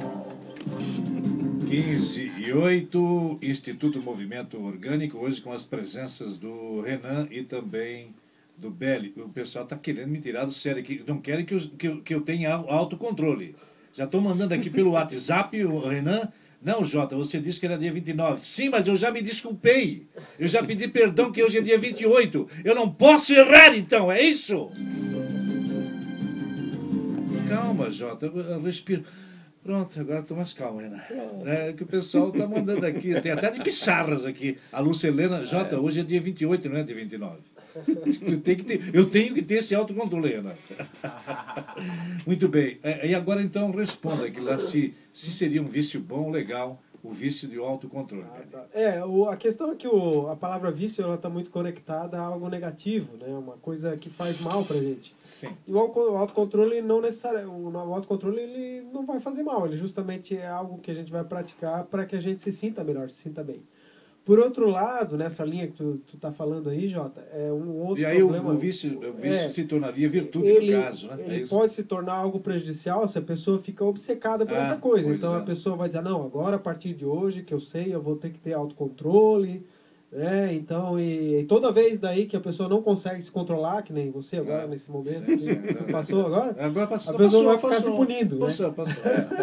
quinze e oito, Instituto Movimento Orgânico, hoje com as presenças do Renan e também do Belli. O pessoal está querendo me tirar do sério aqui. Não querem que eu, que eu, que eu tenha autocontrole. Já estou mandando aqui pelo WhatsApp, o Renan. Não, Jota, você disse que era dia vinte e nove. Sim, mas eu já me desculpei. Eu já pedi perdão que hoje é dia vinte e oito. Eu não posso errar, então, é isso? Calma, Jota, respira. Pronto, agora estou mais calmo, Renan. É que o pessoal está mandando aqui, tem até de pissarras aqui. A Lucelena, Jota, hoje é dia vinte e oito, não é dia vinte e nove. Eu tenho que ter, eu tenho que ter esse autocontrole, Renan. Muito bem. E agora, então, responda aqui lá se, se seria um vício bom, legal, o vício de autocontrole. Ah, tá. É, o, a questão é que o, a palavra vício está muito conectada a algo negativo, né? Uma coisa que faz mal para a gente. Sim. E o, o autocontrole não necessariamente, o, o autocontrole ele não vai fazer mal, ele justamente é algo que a gente vai praticar para que a gente se sinta melhor, se sinta bem. Por outro lado, nessa linha que tu, tu tá falando aí, Jota, é um outro problema. E aí problema, o vício, o vício é, se tornaria virtude, ele, no caso, né? Ele é pode se tornar algo prejudicial se a pessoa fica obcecada por ah, essa coisa. Então é. a pessoa vai dizer, não, agora a partir de hoje que eu sei, eu vou ter que ter autocontrole, né? Então, e, e toda vez daí que a pessoa não consegue se controlar, que nem você agora ah, nesse momento, sim, sim, que passou agora, agora passou, a pessoa passou, vai ficar passou, se punindo. Passou, né? passou.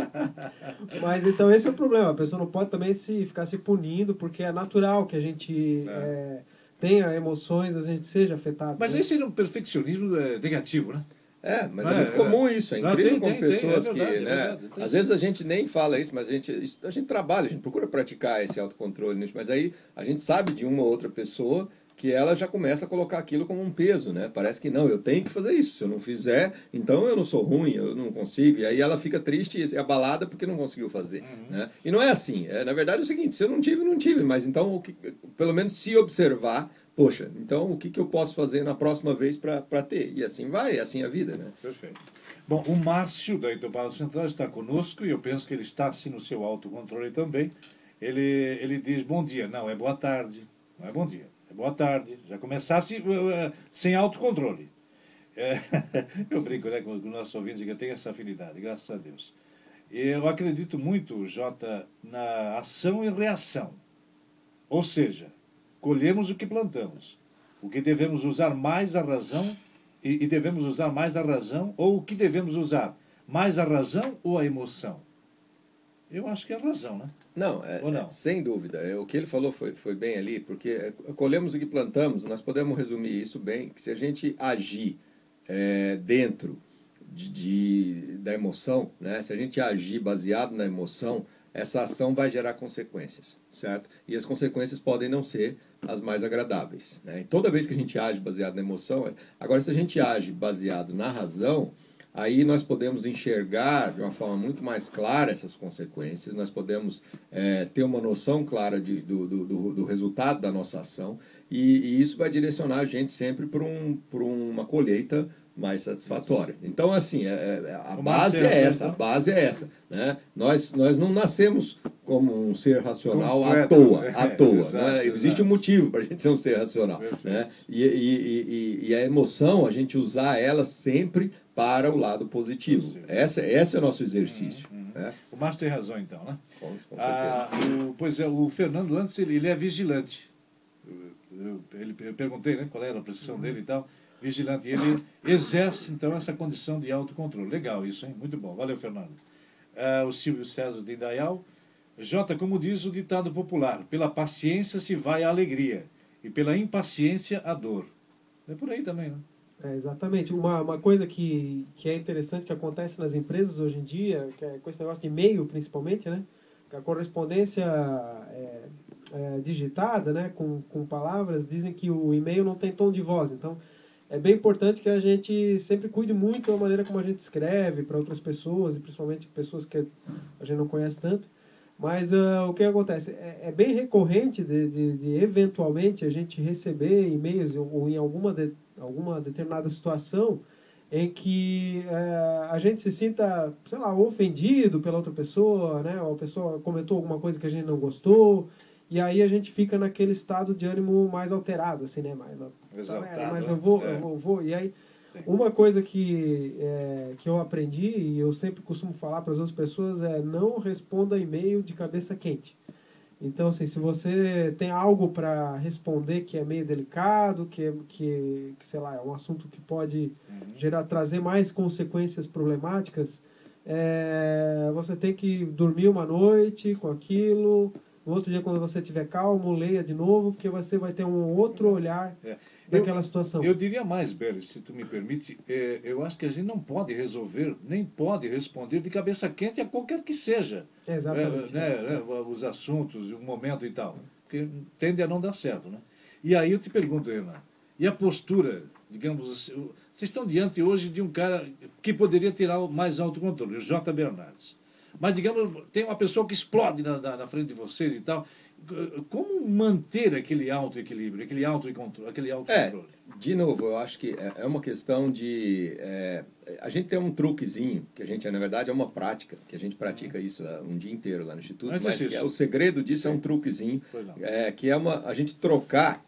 Mas então esse é o problema, a pessoa não pode também se, ficar se punindo, porque é natural que a gente é. É, tenha emoções, a gente seja afetado. Mas né? aí seria um perfeccionismo é, negativo, né? É, mas não é, é muito comum isso, é incrível como pessoas tem, é verdade, que, né, é verdade, às vezes a gente nem fala isso, mas a gente, a gente trabalha, a gente procura praticar esse autocontrole, mas aí a gente sabe de uma ou outra pessoa que ela já começa a colocar aquilo como um peso, né? Parece que não, eu tenho que fazer isso, se eu não fizer, então eu não sou ruim, eu não consigo, e aí ela fica triste e abalada porque não conseguiu fazer, uhum. né? E não é assim, é, na verdade é o seguinte, se eu não tive, não tive, mas então, o que, pelo menos se observar, poxa, então o que, que eu posso fazer na próxima vez para ter? E assim vai, assim é a vida, né? Perfeito. Bom, o Márcio, da Itopado Central, está conosco e eu penso que ele está, assim, no seu autocontrole também. Ele, ele diz, bom dia. Não, é boa tarde. Não é bom dia, é boa tarde. Já começasse uh, sem autocontrole. É, eu brinco, né, com o nosso ouvinte, que eu tenho essa afinidade, graças a Deus. Eu acredito muito, Jota, na ação e reação. Ou seja, colhemos o que plantamos. O que devemos usar mais a razão e, e devemos usar mais a razão, ou o que devemos usar? Mais a razão ou a emoção? Eu acho que é a razão, né? Não, é, ou não? É, sem dúvida. É, o que ele falou foi, foi bem ali, porque é, colhemos o que plantamos, nós podemos resumir isso bem, que se a gente agir é, dentro de, de, da emoção, né? Se a gente agir baseado na emoção, essa ação vai gerar consequências, certo? E as consequências podem não ser as mais agradáveis, né? E toda vez que a gente age baseado na emoção... Agora, se a gente age baseado na razão, aí nós podemos enxergar de uma forma muito mais clara essas consequências, nós podemos é, ter uma noção clara de, do, do, do resultado da nossa ação, e, e isso vai direcionar a gente sempre para um, para uma colheita mais satisfatória. Então, assim, é, é, a O base Márcio é tem essa, a razão. base é essa. Né? Nós, nós não nascemos como um ser racional à Completo. toa, É, à toa. exato, Né? Existe exato. um motivo para a gente ser um ser racional. Perfeito. Né? E, e, e, e a emoção, a gente usar ela sempre para o lado positivo. Positivo. Essa, esse é o nosso exercício. Uhum, uhum. Né? O Márcio tem razão, então, né? Com, com certeza. Ah, o, pois é, o Fernando antes, ele, ele é vigilante. Eu, eu, ele, eu perguntei, né, qual era a profissão dele e tal. Vigilante. E ele exerce, então, essa condição de autocontrole. Legal isso, hein? Muito bom. Valeu, Fernando. Ah, o Silvio César de Indaial. Jota, como diz o ditado popular, pela paciência se vai a alegria e pela impaciência a dor. É por aí também, né? É, exatamente. Uma, uma coisa que, que é interessante que acontece nas empresas hoje em dia, que é com esse negócio de e-mail principalmente, né? Que a correspondência é, é, digitada, né? Com, com palavras, dizem que o e-mail não tem tom de voz. Então, é bem importante que a gente sempre cuide muito da maneira como a gente escreve para outras pessoas, e principalmente pessoas que a gente não conhece tanto. Mas uh, o que acontece? É, é bem recorrente de, de, de, eventualmente, a gente receber e-mails ou, ou em alguma, de, alguma determinada situação em que uh, a gente se sinta, sei lá, ofendido pela outra pessoa, né? Ou a pessoa comentou alguma coisa que a gente não gostou, e aí a gente fica naquele estado de ânimo mais alterado, assim, né? Mais, Exaltado, tá, mas né? eu vou, É. eu vou, eu vou, e aí... Sim. Uma coisa que, é, que eu aprendi, e eu sempre costumo falar para as outras pessoas, é não responda e-mail de cabeça quente. Então, assim, se você tem algo para responder que é meio delicado, que, é, que, que, sei lá, é um assunto que pode Uhum. gerar, trazer mais consequências problemáticas, é, você tem que dormir uma noite com aquilo. No outro dia, quando você estiver calmo, leia de novo, porque você vai ter um outro olhar É. daquela Eu, situação. eu diria mais, Beres, se tu me permite, é, eu acho que a gente não pode resolver, nem pode responder de cabeça quente a qualquer que seja. Exatamente. É, né, né, os assuntos, o momento e tal. Porque tende a não dar certo, né? E aí eu te pergunto, Renan, e a postura, digamos, vocês estão diante hoje de um cara que poderia ter mais autocontrole, o J. Bernardes. Mas, digamos, tem uma pessoa que explode na, na, na frente de vocês e tal. Como manter aquele autoequilíbrio, aquele autocontrole? Aquele autocontrole? É, de novo, eu acho que é uma questão de... É, a gente tem um truquezinho, que a gente, na verdade, é uma prática, que a gente pratica isso um dia inteiro lá no Instituto, Mas mas é que é, o segredo disso Sim. é um truquezinho, Pois não. é, que é uma, a gente trocar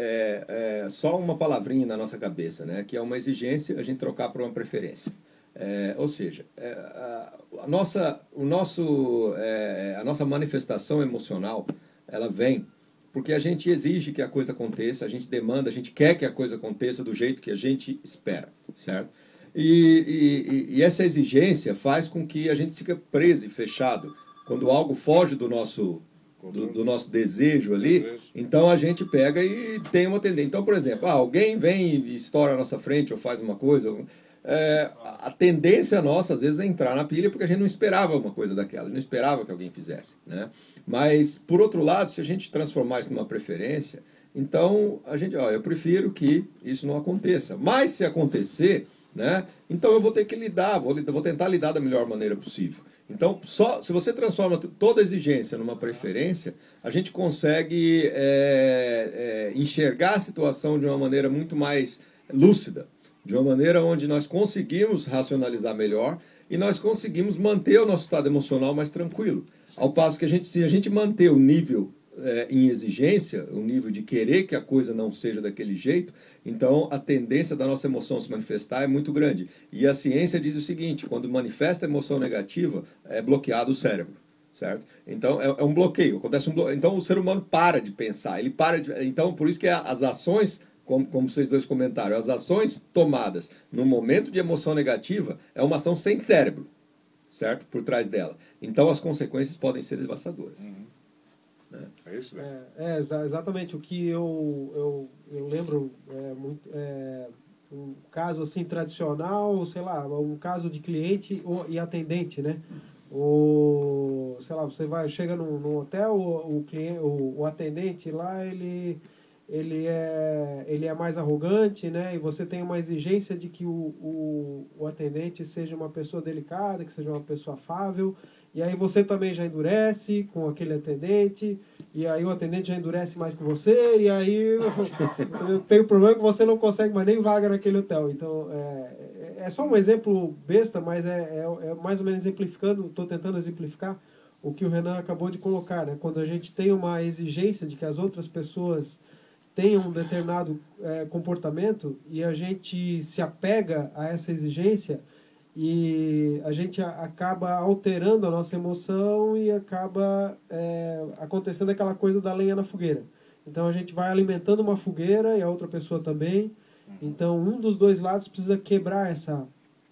é, é, só uma palavrinha na nossa cabeça, né, que é uma exigência, a gente trocar por uma preferência. É, ou seja, é, a, a, nossa, o nosso, é, a nossa manifestação emocional, ela vem porque a gente exige que a coisa aconteça, a gente demanda, a gente quer que a coisa aconteça do jeito que a gente espera, certo? E, e, e essa exigência faz com que a gente fique preso e fechado. Quando algo foge do nosso, do, do nosso desejo ali, Desejo. então a gente pega e tem uma tendência. Então, por exemplo, ah, alguém vem e estoura na nossa frente ou faz uma coisa... É, a tendência nossa, às vezes, é entrar na pilha porque a gente não esperava uma coisa daquela, não esperava que alguém fizesse, né? Mas, por outro lado, se a gente transformar isso numa preferência, então, a gente, ó, eu prefiro que isso não aconteça. Mas, se acontecer, né, então eu vou ter que lidar, vou, vou tentar lidar da melhor maneira possível. Então, só se você transforma toda exigência numa preferência, a gente consegue é, é, enxergar a situação de uma maneira muito mais lúcida, de uma maneira onde nós conseguimos racionalizar melhor e nós conseguimos manter o nosso estado emocional mais tranquilo. Ao passo que a gente, se a gente manter o nível é, em exigência, o nível de querer que a coisa não seja daquele jeito, então a tendência da nossa emoção se manifestar é muito grande. E a ciência diz o seguinte, quando manifesta emoção negativa, é bloqueado o cérebro. Certo? Então é, é um bloqueio, acontece um bloqueio. Então o ser humano para de pensar, ele para de, então por isso que as ações, como, como vocês dois comentaram, as ações tomadas no momento de emoção negativa é uma ação sem cérebro, certo? Por trás dela. Então as consequências podem ser devastadoras. Uhum. Né? É isso, velho. É, é, exatamente. O que eu, eu, eu lembro é, muito, é, um caso assim tradicional, sei lá, um caso de cliente e atendente, né? O, sei lá, você vai, chega num, num hotel, o, o, cliente, o, o atendente lá, ele, ele é, ele é mais arrogante, né? E você tem uma exigência de que o, o, o atendente seja uma pessoa delicada, que seja uma pessoa afável, e aí você também já endurece com aquele atendente, e aí o atendente já endurece mais com você, e aí tem o problema que você não consegue mais nem vaga naquele hotel. Então, é, é só um exemplo besta, mas é, é, é mais ou menos exemplificando, estou tentando exemplificar o que o Renan acabou de colocar, né? Quando a gente tem uma exigência de que as outras pessoas tenham um determinado é, comportamento e a gente se apega a essa exigência e a gente a, acaba alterando a nossa emoção e acaba é, acontecendo aquela coisa da lenha na fogueira. Então a gente vai alimentando uma fogueira e a outra pessoa também. Então um dos dois lados precisa quebrar essa,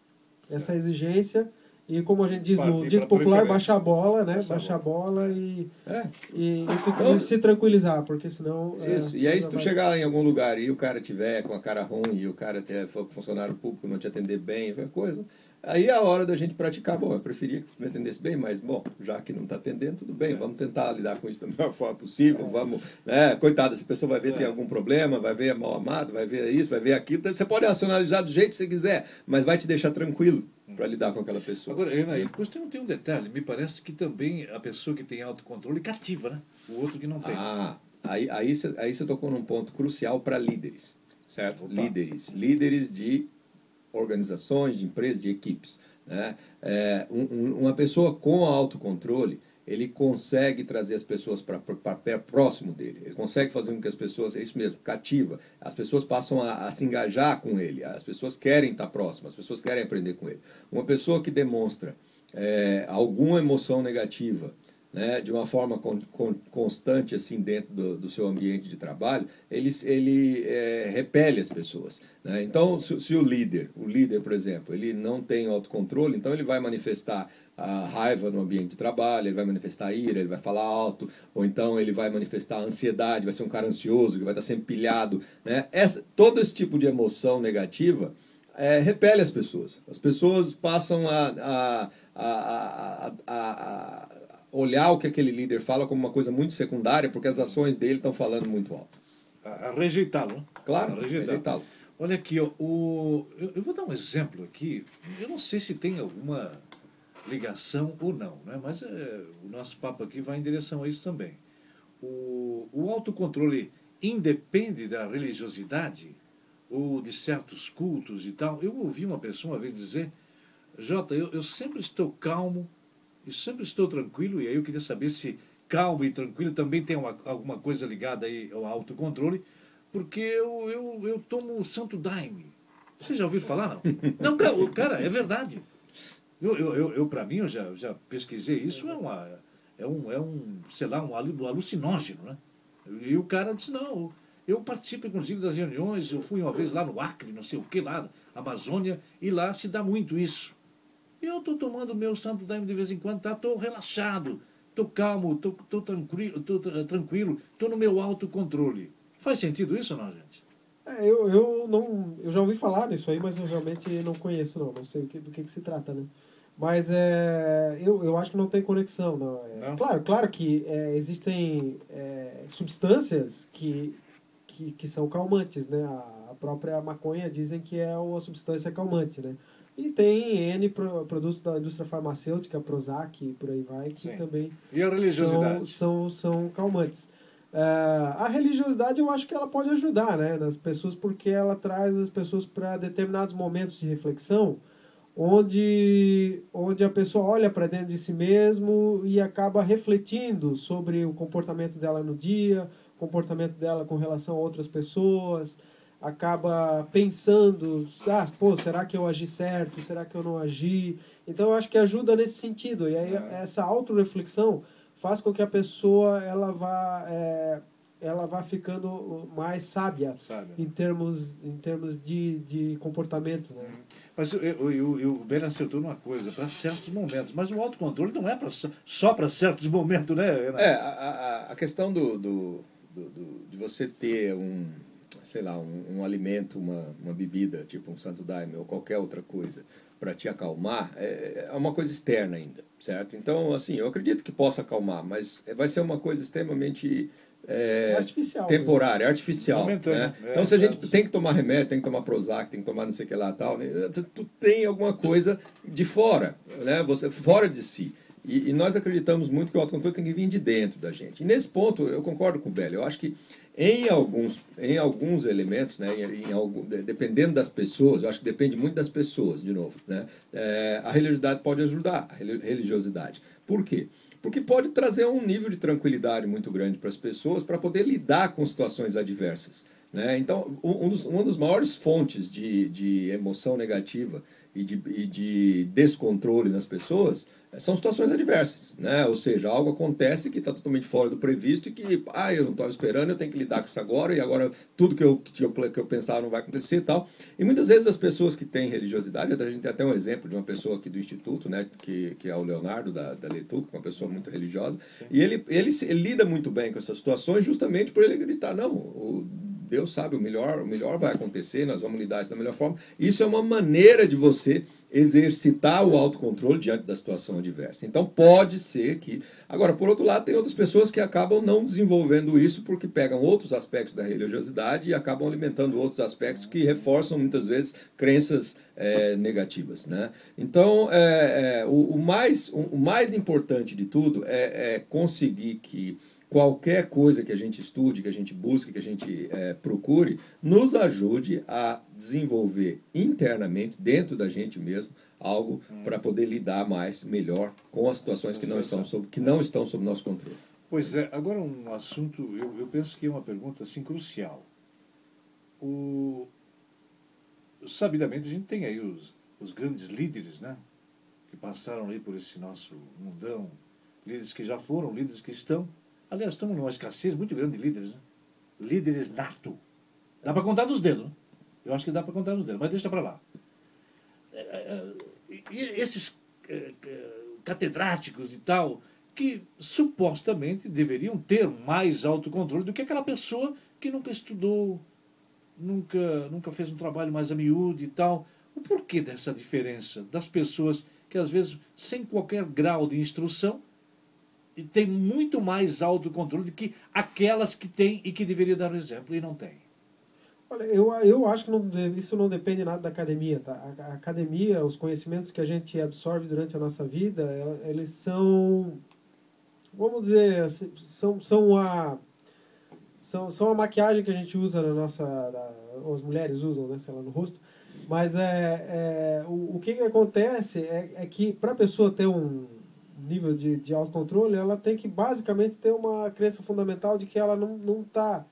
essa exigência. E como a gente diz no Partir dito pra popular, preferência. baixar a bola, né? Baixar a Baixar a bola e, É. e, e, fica- e se tranquilizar, porque senão... é, Isso. E aí, se tu vai- chegar em algum lugar e o cara tiver com a cara ruim e o cara até for funcionário público não te atender bem, qualquer coisa, aí é a hora da gente praticar. Bom, eu preferia que me atendesse bem, mas, bom, já que não está atendendo, tudo bem, vamos tentar lidar com isso da melhor forma possível, vamos, né, coitada, essa pessoa vai ver tem algum problema, vai ver mal amado, vai ver isso, vai ver aquilo, você pode racionalizar do jeito que você quiser, mas vai te deixar tranquilo para lidar com aquela pessoa. Agora, Renan, depois tem, um- tem um detalhe, me parece que também a pessoa que tem autocontrole cativa, né? O outro que não tem. Ah, aí, aí, você, aí você tocou num ponto crucial para líderes, certo? Opa. Líderes, líderes de organizações, de empresas, de equipes. Né? É, um, um, uma pessoa com autocontrole, ele consegue trazer as pessoas para próximo dele. Ele consegue fazer com que as pessoas, é isso mesmo, cativa. As pessoas passam a, a se engajar com ele. As pessoas querem estar próximas, as pessoas querem aprender com ele. Uma pessoa que demonstra é, alguma emoção negativa, né, de uma forma con, con, constante assim dentro do, do seu ambiente de trabalho, ele, ele é, repele as pessoas. Né? Então, se, se o líder, o líder, por exemplo, ele não tem autocontrole, então ele vai manifestar a raiva no ambiente de trabalho, ele vai manifestar a ira, ele vai falar alto, ou então ele vai manifestar a ansiedade, vai ser um cara ansioso, que vai estar sempre pilhado. Né? Essa, todo esse tipo de emoção negativa é, repele as pessoas. As pessoas passam a, a, a, a, a, a olhar o que aquele líder fala como uma coisa muito secundária, porque as ações dele estão falando muito alto. A, a rejeitá-lo, né? Claro, A rejeitá-lo. rejeitá-lo. Olha aqui, ó, o, eu, eu vou dar um exemplo aqui. Eu não sei se tem alguma ligação ou não, né? Mas é, o nosso papo aqui vai em direção a isso também. O, o autocontrole independe da religiosidade ou de certos cultos e tal. Eu ouvi uma pessoa uma vez dizer, Jota, eu, eu sempre estou calmo e sempre estou tranquilo, e aí eu queria saber se calmo e tranquilo também tem uma, alguma coisa ligada aí ao autocontrole, porque eu, eu, eu tomo o Santo Daime. Você já ouviu falar, não? Não, cara, cara é verdade. Eu, eu, eu, eu para mim, eu já, já pesquisei isso, é, uma, é, um, é um, sei lá, um alucinógeno, né? E o cara disse, não, eu participo, inclusive, das reuniões, eu fui uma vez lá no Acre, não sei o que, lá, Amazônia, e lá se dá muito isso. Eu estou tomando meu Santo Daime de vez em quando, tá? Estou relaxado, estou calmo, estou tranquilo, estou tranquilo, estou no meu autocontrole. Faz sentido isso ou não, gente? É, eu, eu, não, eu já ouvi falar nisso aí, mas eu realmente não conheço, não. Não sei o que, do que, que se trata, né? Mas é, eu, eu acho que não tem conexão, não. É, Não? Claro, claro que é, existem é, substâncias que, que, que são calmantes, né? A, a própria maconha dizem que é uma substância calmante, né? E tem N pro, produtos da indústria farmacêutica, Prozac e por aí vai, que Sim. também E a religiosidade? são, são, são calmantes. Uh, a religiosidade eu acho que ela pode ajudar, né, nas pessoas, porque ela traz as pessoas para determinados momentos de reflexão, onde, onde a pessoa olha para dentro de si mesmo e acaba refletindo sobre o comportamento dela no dia, o comportamento dela com relação a outras pessoas, acaba pensando, ah, pô, será que eu agi certo? Será que eu não agi? Então eu acho que ajuda nesse sentido. E aí Ah. essa autorreflexão faz com que a pessoa ela vá, é, ela vá ficando mais sábia, Sábia. em termos, em termos de, de comportamento. Né? Mas eu, eu, eu, eu, o Ben acertou numa coisa, para certos momentos. Mas o autocontrole não é pra, só para certos momentos, né, Renato? É, a, a, a questão do, do, do, do, de você ter um, sei lá, um, um alimento, uma, uma bebida, tipo um Santo Daime ou qualquer outra coisa, para te acalmar, é, é uma coisa externa ainda, certo? Então, assim, eu acredito que possa acalmar, mas vai ser uma coisa extremamente é, É artificial, temporária, é artificial. Momentâneo, Né? é, Então, se a gente exato. tem que tomar remédio, tem que tomar Prozac, tem que tomar não sei o que lá tal, né? tu, tu tem alguma coisa de fora, né? Você, fora de si. E, e nós acreditamos muito que o autocontrole tem que vir de dentro da gente. E nesse ponto, eu concordo com o Belli. Eu acho que em alguns, em alguns elementos, né, em, em algum, dependendo das pessoas, eu acho que depende muito das pessoas, de novo, né, é, a religiosidade pode ajudar, a religiosidade. Por quê? Porque pode trazer um nível de tranquilidade muito grande para as pessoas para poder lidar com situações adversas. Né? Então, um dos, uma das maiores fontes de, de emoção negativa e de, e de descontrole nas pessoas são situações adversas, né? Ou seja, algo acontece que está totalmente fora do previsto e que, ah, eu não estava esperando, eu tenho que lidar com isso agora, e agora tudo que eu, que eu, que eu pensava não vai acontecer e tal. E muitas vezes as pessoas que têm religiosidade, a gente tem até um exemplo de uma pessoa aqui do Instituto, né, que, que é o Leonardo, da, da Letuc, uma pessoa muito religiosa, e ele, ele, ele lida muito bem com essas situações justamente por ele acreditar, não, o Deus sabe, o melhor, o melhor vai acontecer, nós vamos lidar isso da melhor forma. Isso é uma maneira de você exercitar o autocontrole diante da situação adversa. Então pode ser que... Agora, por outro lado, tem outras pessoas que acabam não desenvolvendo isso porque pegam outros aspectos da religiosidade e acabam alimentando outros aspectos que reforçam muitas vezes crenças é, negativas. Né? Então, é, é, o, o, mais, o, o mais importante de tudo é, é conseguir que qualquer coisa que a gente estude, que a gente busque, que a gente é, procure, nos ajude a desenvolver internamente, dentro da gente mesmo, algo hum. para poder lidar mais, melhor com as situações que não estão sob, que não estão sob nosso controle. Pois é, agora um assunto, eu, eu penso que é uma pergunta assim, crucial. O, sabidamente, a gente tem aí os, os grandes líderes, né, que passaram aí por esse nosso mundão, líderes que já foram, líderes que estão. Aliás, estamos numa escassez muito grande de líderes, né? Líderes nato. Dá para contar nos dedos, né? Eu acho que dá para contar nos dedos, mas deixa para lá. E esses catedráticos e tal, que supostamente deveriam ter mais autocontrole do que aquela pessoa que nunca estudou, nunca, nunca fez um trabalho mais a miúdo e tal. O porquê dessa diferença das pessoas que, às vezes, sem qualquer grau de instrução, e tem muito mais autocontrole do que aquelas que têm e que deveriam dar o exemplo e não têm? Olha, eu, eu acho que não, isso não depende nada da academia. Tá? A, a academia, os conhecimentos que a gente absorve durante a nossa vida, eles são, vamos dizer, são, são, a, são, são a maquiagem que a gente usa na nossa, da, as mulheres usam, né, sei lá, no rosto. Mas é, é, o, o que, que acontece é, é que para a pessoa ter um nível de, de autocontrole, ela tem que basicamente ter uma crença fundamental de que ela não está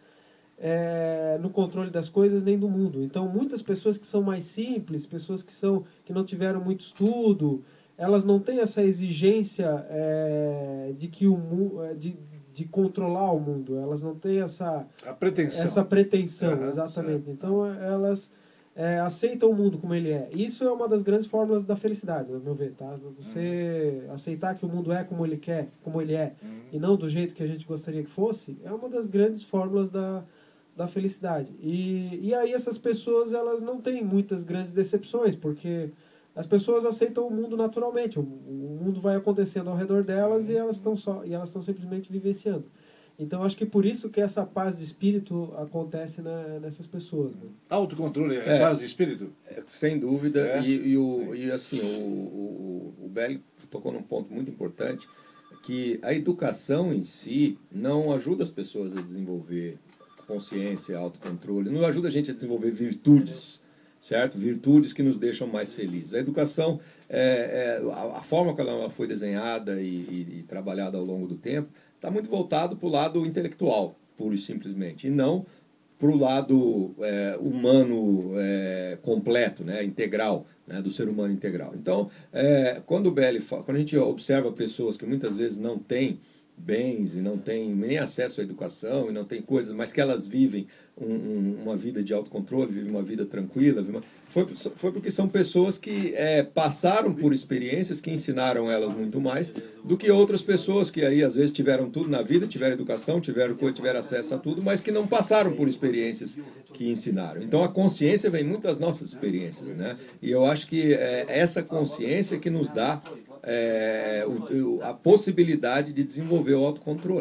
é, no controle das coisas nem do mundo. Então, muitas pessoas que são mais simples, pessoas que, são, que não tiveram muito estudo, elas não têm essa exigência é, de, que o, de, de controlar o mundo, elas não têm essa, a pretensão. essa pretensão, uhum, exatamente. certo. Então, elas... É, aceita o mundo como ele é. Isso é uma das grandes fórmulas da felicidade, no meu ver, tá? Você hum. aceitar que o mundo é como ele quer, como ele é, hum. e não do jeito que a gente gostaria que fosse, é uma das grandes fórmulas da, da felicidade. E, e aí essas pessoas, elas não têm muitas grandes decepções, porque as pessoas aceitam o mundo naturalmente. O, o mundo vai acontecendo ao redor delas hum. e elas estão só, e elas estão simplesmente vivenciando. Então, acho que por isso que essa paz de espírito acontece na, nessas pessoas. Né? Autocontrole é, é paz de espírito? É, sem dúvida. É. E, e, o, e assim, o, o, o Belli tocou num ponto muito importante, que a educação em si não ajuda as pessoas a desenvolver consciência, autocontrole, não ajuda a gente a desenvolver virtudes, certo? Virtudes que nos deixam mais felizes. A educação, é, é, a, a forma como ela foi desenhada e, e, e trabalhada ao longo do tempo, está muito voltado para o lado intelectual, pura e simplesmente, e não para o lado é, humano é, completo, né, integral, né, do ser humano integral. Então, é, quando o Belli fala, quando a gente observa pessoas que muitas vezes não têm bens e não têm nem acesso à educação e não têm coisas, mas que elas vivem um, um, uma vida de autocontrole, vivem uma vida tranquila, vivem uma... foi, foi porque são pessoas que é, passaram por experiências que ensinaram elas muito mais do que outras pessoas que aí às vezes tiveram tudo na vida, tiveram educação, tiveram coisa, tiveram acesso a tudo, mas que não passaram por experiências que ensinaram. Então a consciência vem muito das nossas experiências, né? E eu acho que é essa consciência que nos dá É, o, a possibilidade de desenvolver o autocontrole.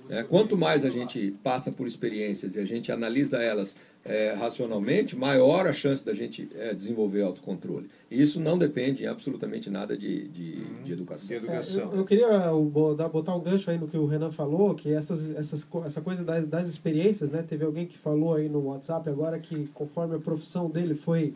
Né? Quanto mais a gente passa por experiências e a gente analisa elas é, racionalmente, maior a chance da gente é, desenvolver autocontrole. E isso não depende em absolutamente nada de, de, Uhum. de educação. De educação. É, eu, eu queria o, dar, botar um gancho aí no que o Renan falou, que essas, essas, essa coisa das, das experiências, né? Teve alguém que falou aí no WhatsApp agora que conforme a profissão dele foi,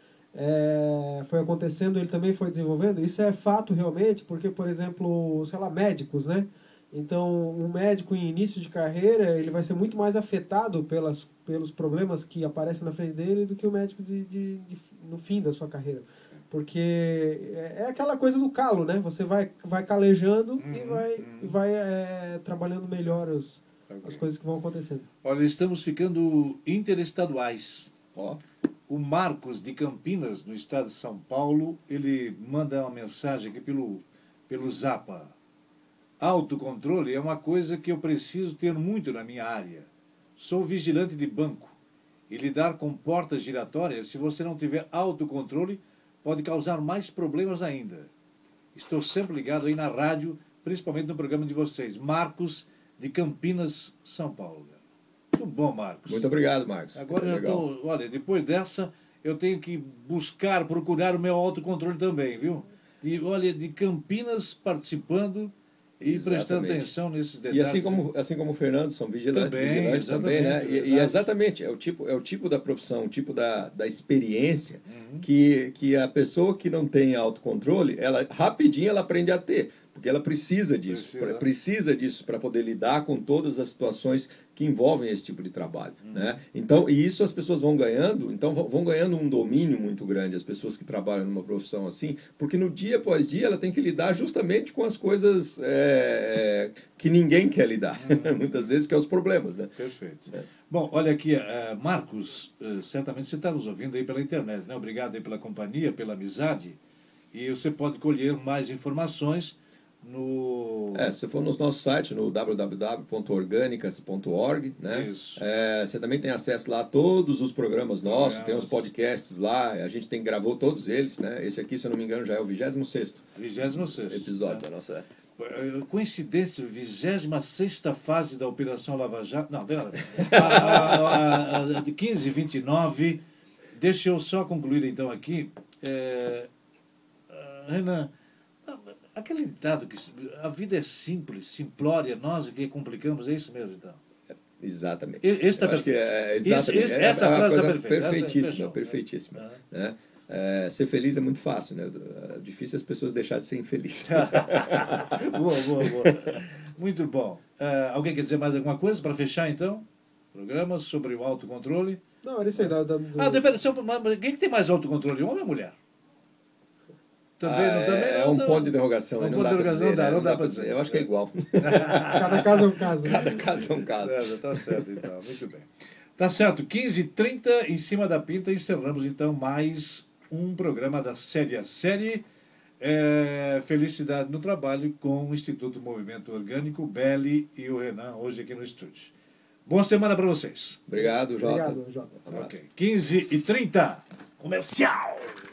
é, foi acontecendo, ele também foi desenvolvendo. Isso é fato realmente, porque, por exemplo, sei lá, médicos, né? Então, um médico em início de carreira, ele vai ser muito mais afetado pelas, pelos problemas que aparecem na frente dele do que o médico de, de, de, no fim da sua carreira. Porque é aquela coisa do calo, né? Você vai, vai calejando Uhum, e vai, uhum. e vai é, trabalhando melhor os, Ok. as coisas que vão acontecendo. Olha, estamos ficando interestaduais. Ó, O Marcos, de Campinas, no estado de São Paulo, ele manda uma mensagem aqui pelo, pelo Zapa. Autocontrole é uma coisa que eu preciso ter muito na minha área. Sou vigilante de banco e lidar com portas giratórias, se você não tiver autocontrole, pode causar mais problemas ainda. Estou sempre ligado aí na rádio, principalmente no programa de vocês. Marcos, de Campinas, São Paulo. Muito bom, Marcos. muito obrigado, Marcos. Agora É eu legal. tô, olha, depois dessa, eu tenho que buscar, procurar o meu autocontrole também, viu? De, olha, de Campinas participando e prestando Exatamente. atenção nesses detalhes. E assim como, assim como o Fernando, são vigilantes, Também, vigilantes também, né? exatamente, E, e exato. exatamente, é o tipo, é o tipo da profissão, o tipo da, da experiência Uhum. que, que a pessoa que não tem autocontrole, ela rapidinho ela aprende a ter, porque ela precisa disso, Precisa. pra- precisa disso para poder lidar com todas as situações que envolvem esse tipo de trabalho, Uhum. né? Então, e isso as pessoas vão ganhando, então vão vão ganhando um domínio muito grande, as pessoas que trabalham numa profissão assim, porque no dia após dia ela tem que lidar justamente com as coisas é, que ninguém quer lidar, Uhum. muitas vezes, que é os problemas, né? Perfeito. É. Bom, olha aqui, eh, Marcos, eh, certamente você está nos ouvindo aí pela internet, né? Obrigado aí pela companhia, pela amizade. E você pode colher mais informações no... É, se você for no nosso site, no w w w ponto orgânicas ponto org, né? Isso. É, você também tem acesso lá a todos os programas nossos, tem os Programas. podcasts lá, a gente tem gravou todos eles, né? Esse aqui, se eu não me engano, já é o vigésimo sexto vigésimo sexto episódio né? da nossa... Eh, Coincidência, vigésima sexta fase da Operação Lava Jato. Não, tem nada a ver. A, a, a, a, de quinze e vinte e nove. Deixa eu só concluir então aqui. É, ah, Renan, aquele ditado que a vida é simples, simplória, nós é que complicamos, é isso mesmo então? Exatamente. E- esse tá Eu acho que perfeito. é, é Esse- exatamente. esse- É- essa é uma frase tá coisa perfeita. Essa- perfeitíssima, fechou. perfeitíssima. Ah. Né? É, ser feliz é muito fácil, né? É difícil as pessoas deixarem de ser infelizes. Boa, boa, boa. Muito bom. Ah, alguém quer dizer mais alguma coisa para fechar então? Programa sobre o autocontrole. Não, era isso aí. Da, da, do... Ah, depende, só- mas- mas quem que tem mais autocontrole, homem ou mulher? Também, Ah, não, também é, não, um não. ponto de interrogação, É um aí, não ponto dá de para interrogação, dizer. não dá, né? não dá pra pra dizer. dizer. Eu acho que é igual. Cada caso é um caso. né? Cada caso é um caso. É, tá certo então, muito bem. Tá certo, quinze e trinta, em cima da pinta, encerramos então mais um programa da série a série é, Felicidade no Trabalho com o Instituto Movimento Orgânico, Belli e o Renan, hoje aqui no estúdio. Boa semana para vocês. Obrigado, Jota. Obrigado, Jota. Um abraço. Ok, quinze e trinta, comercial!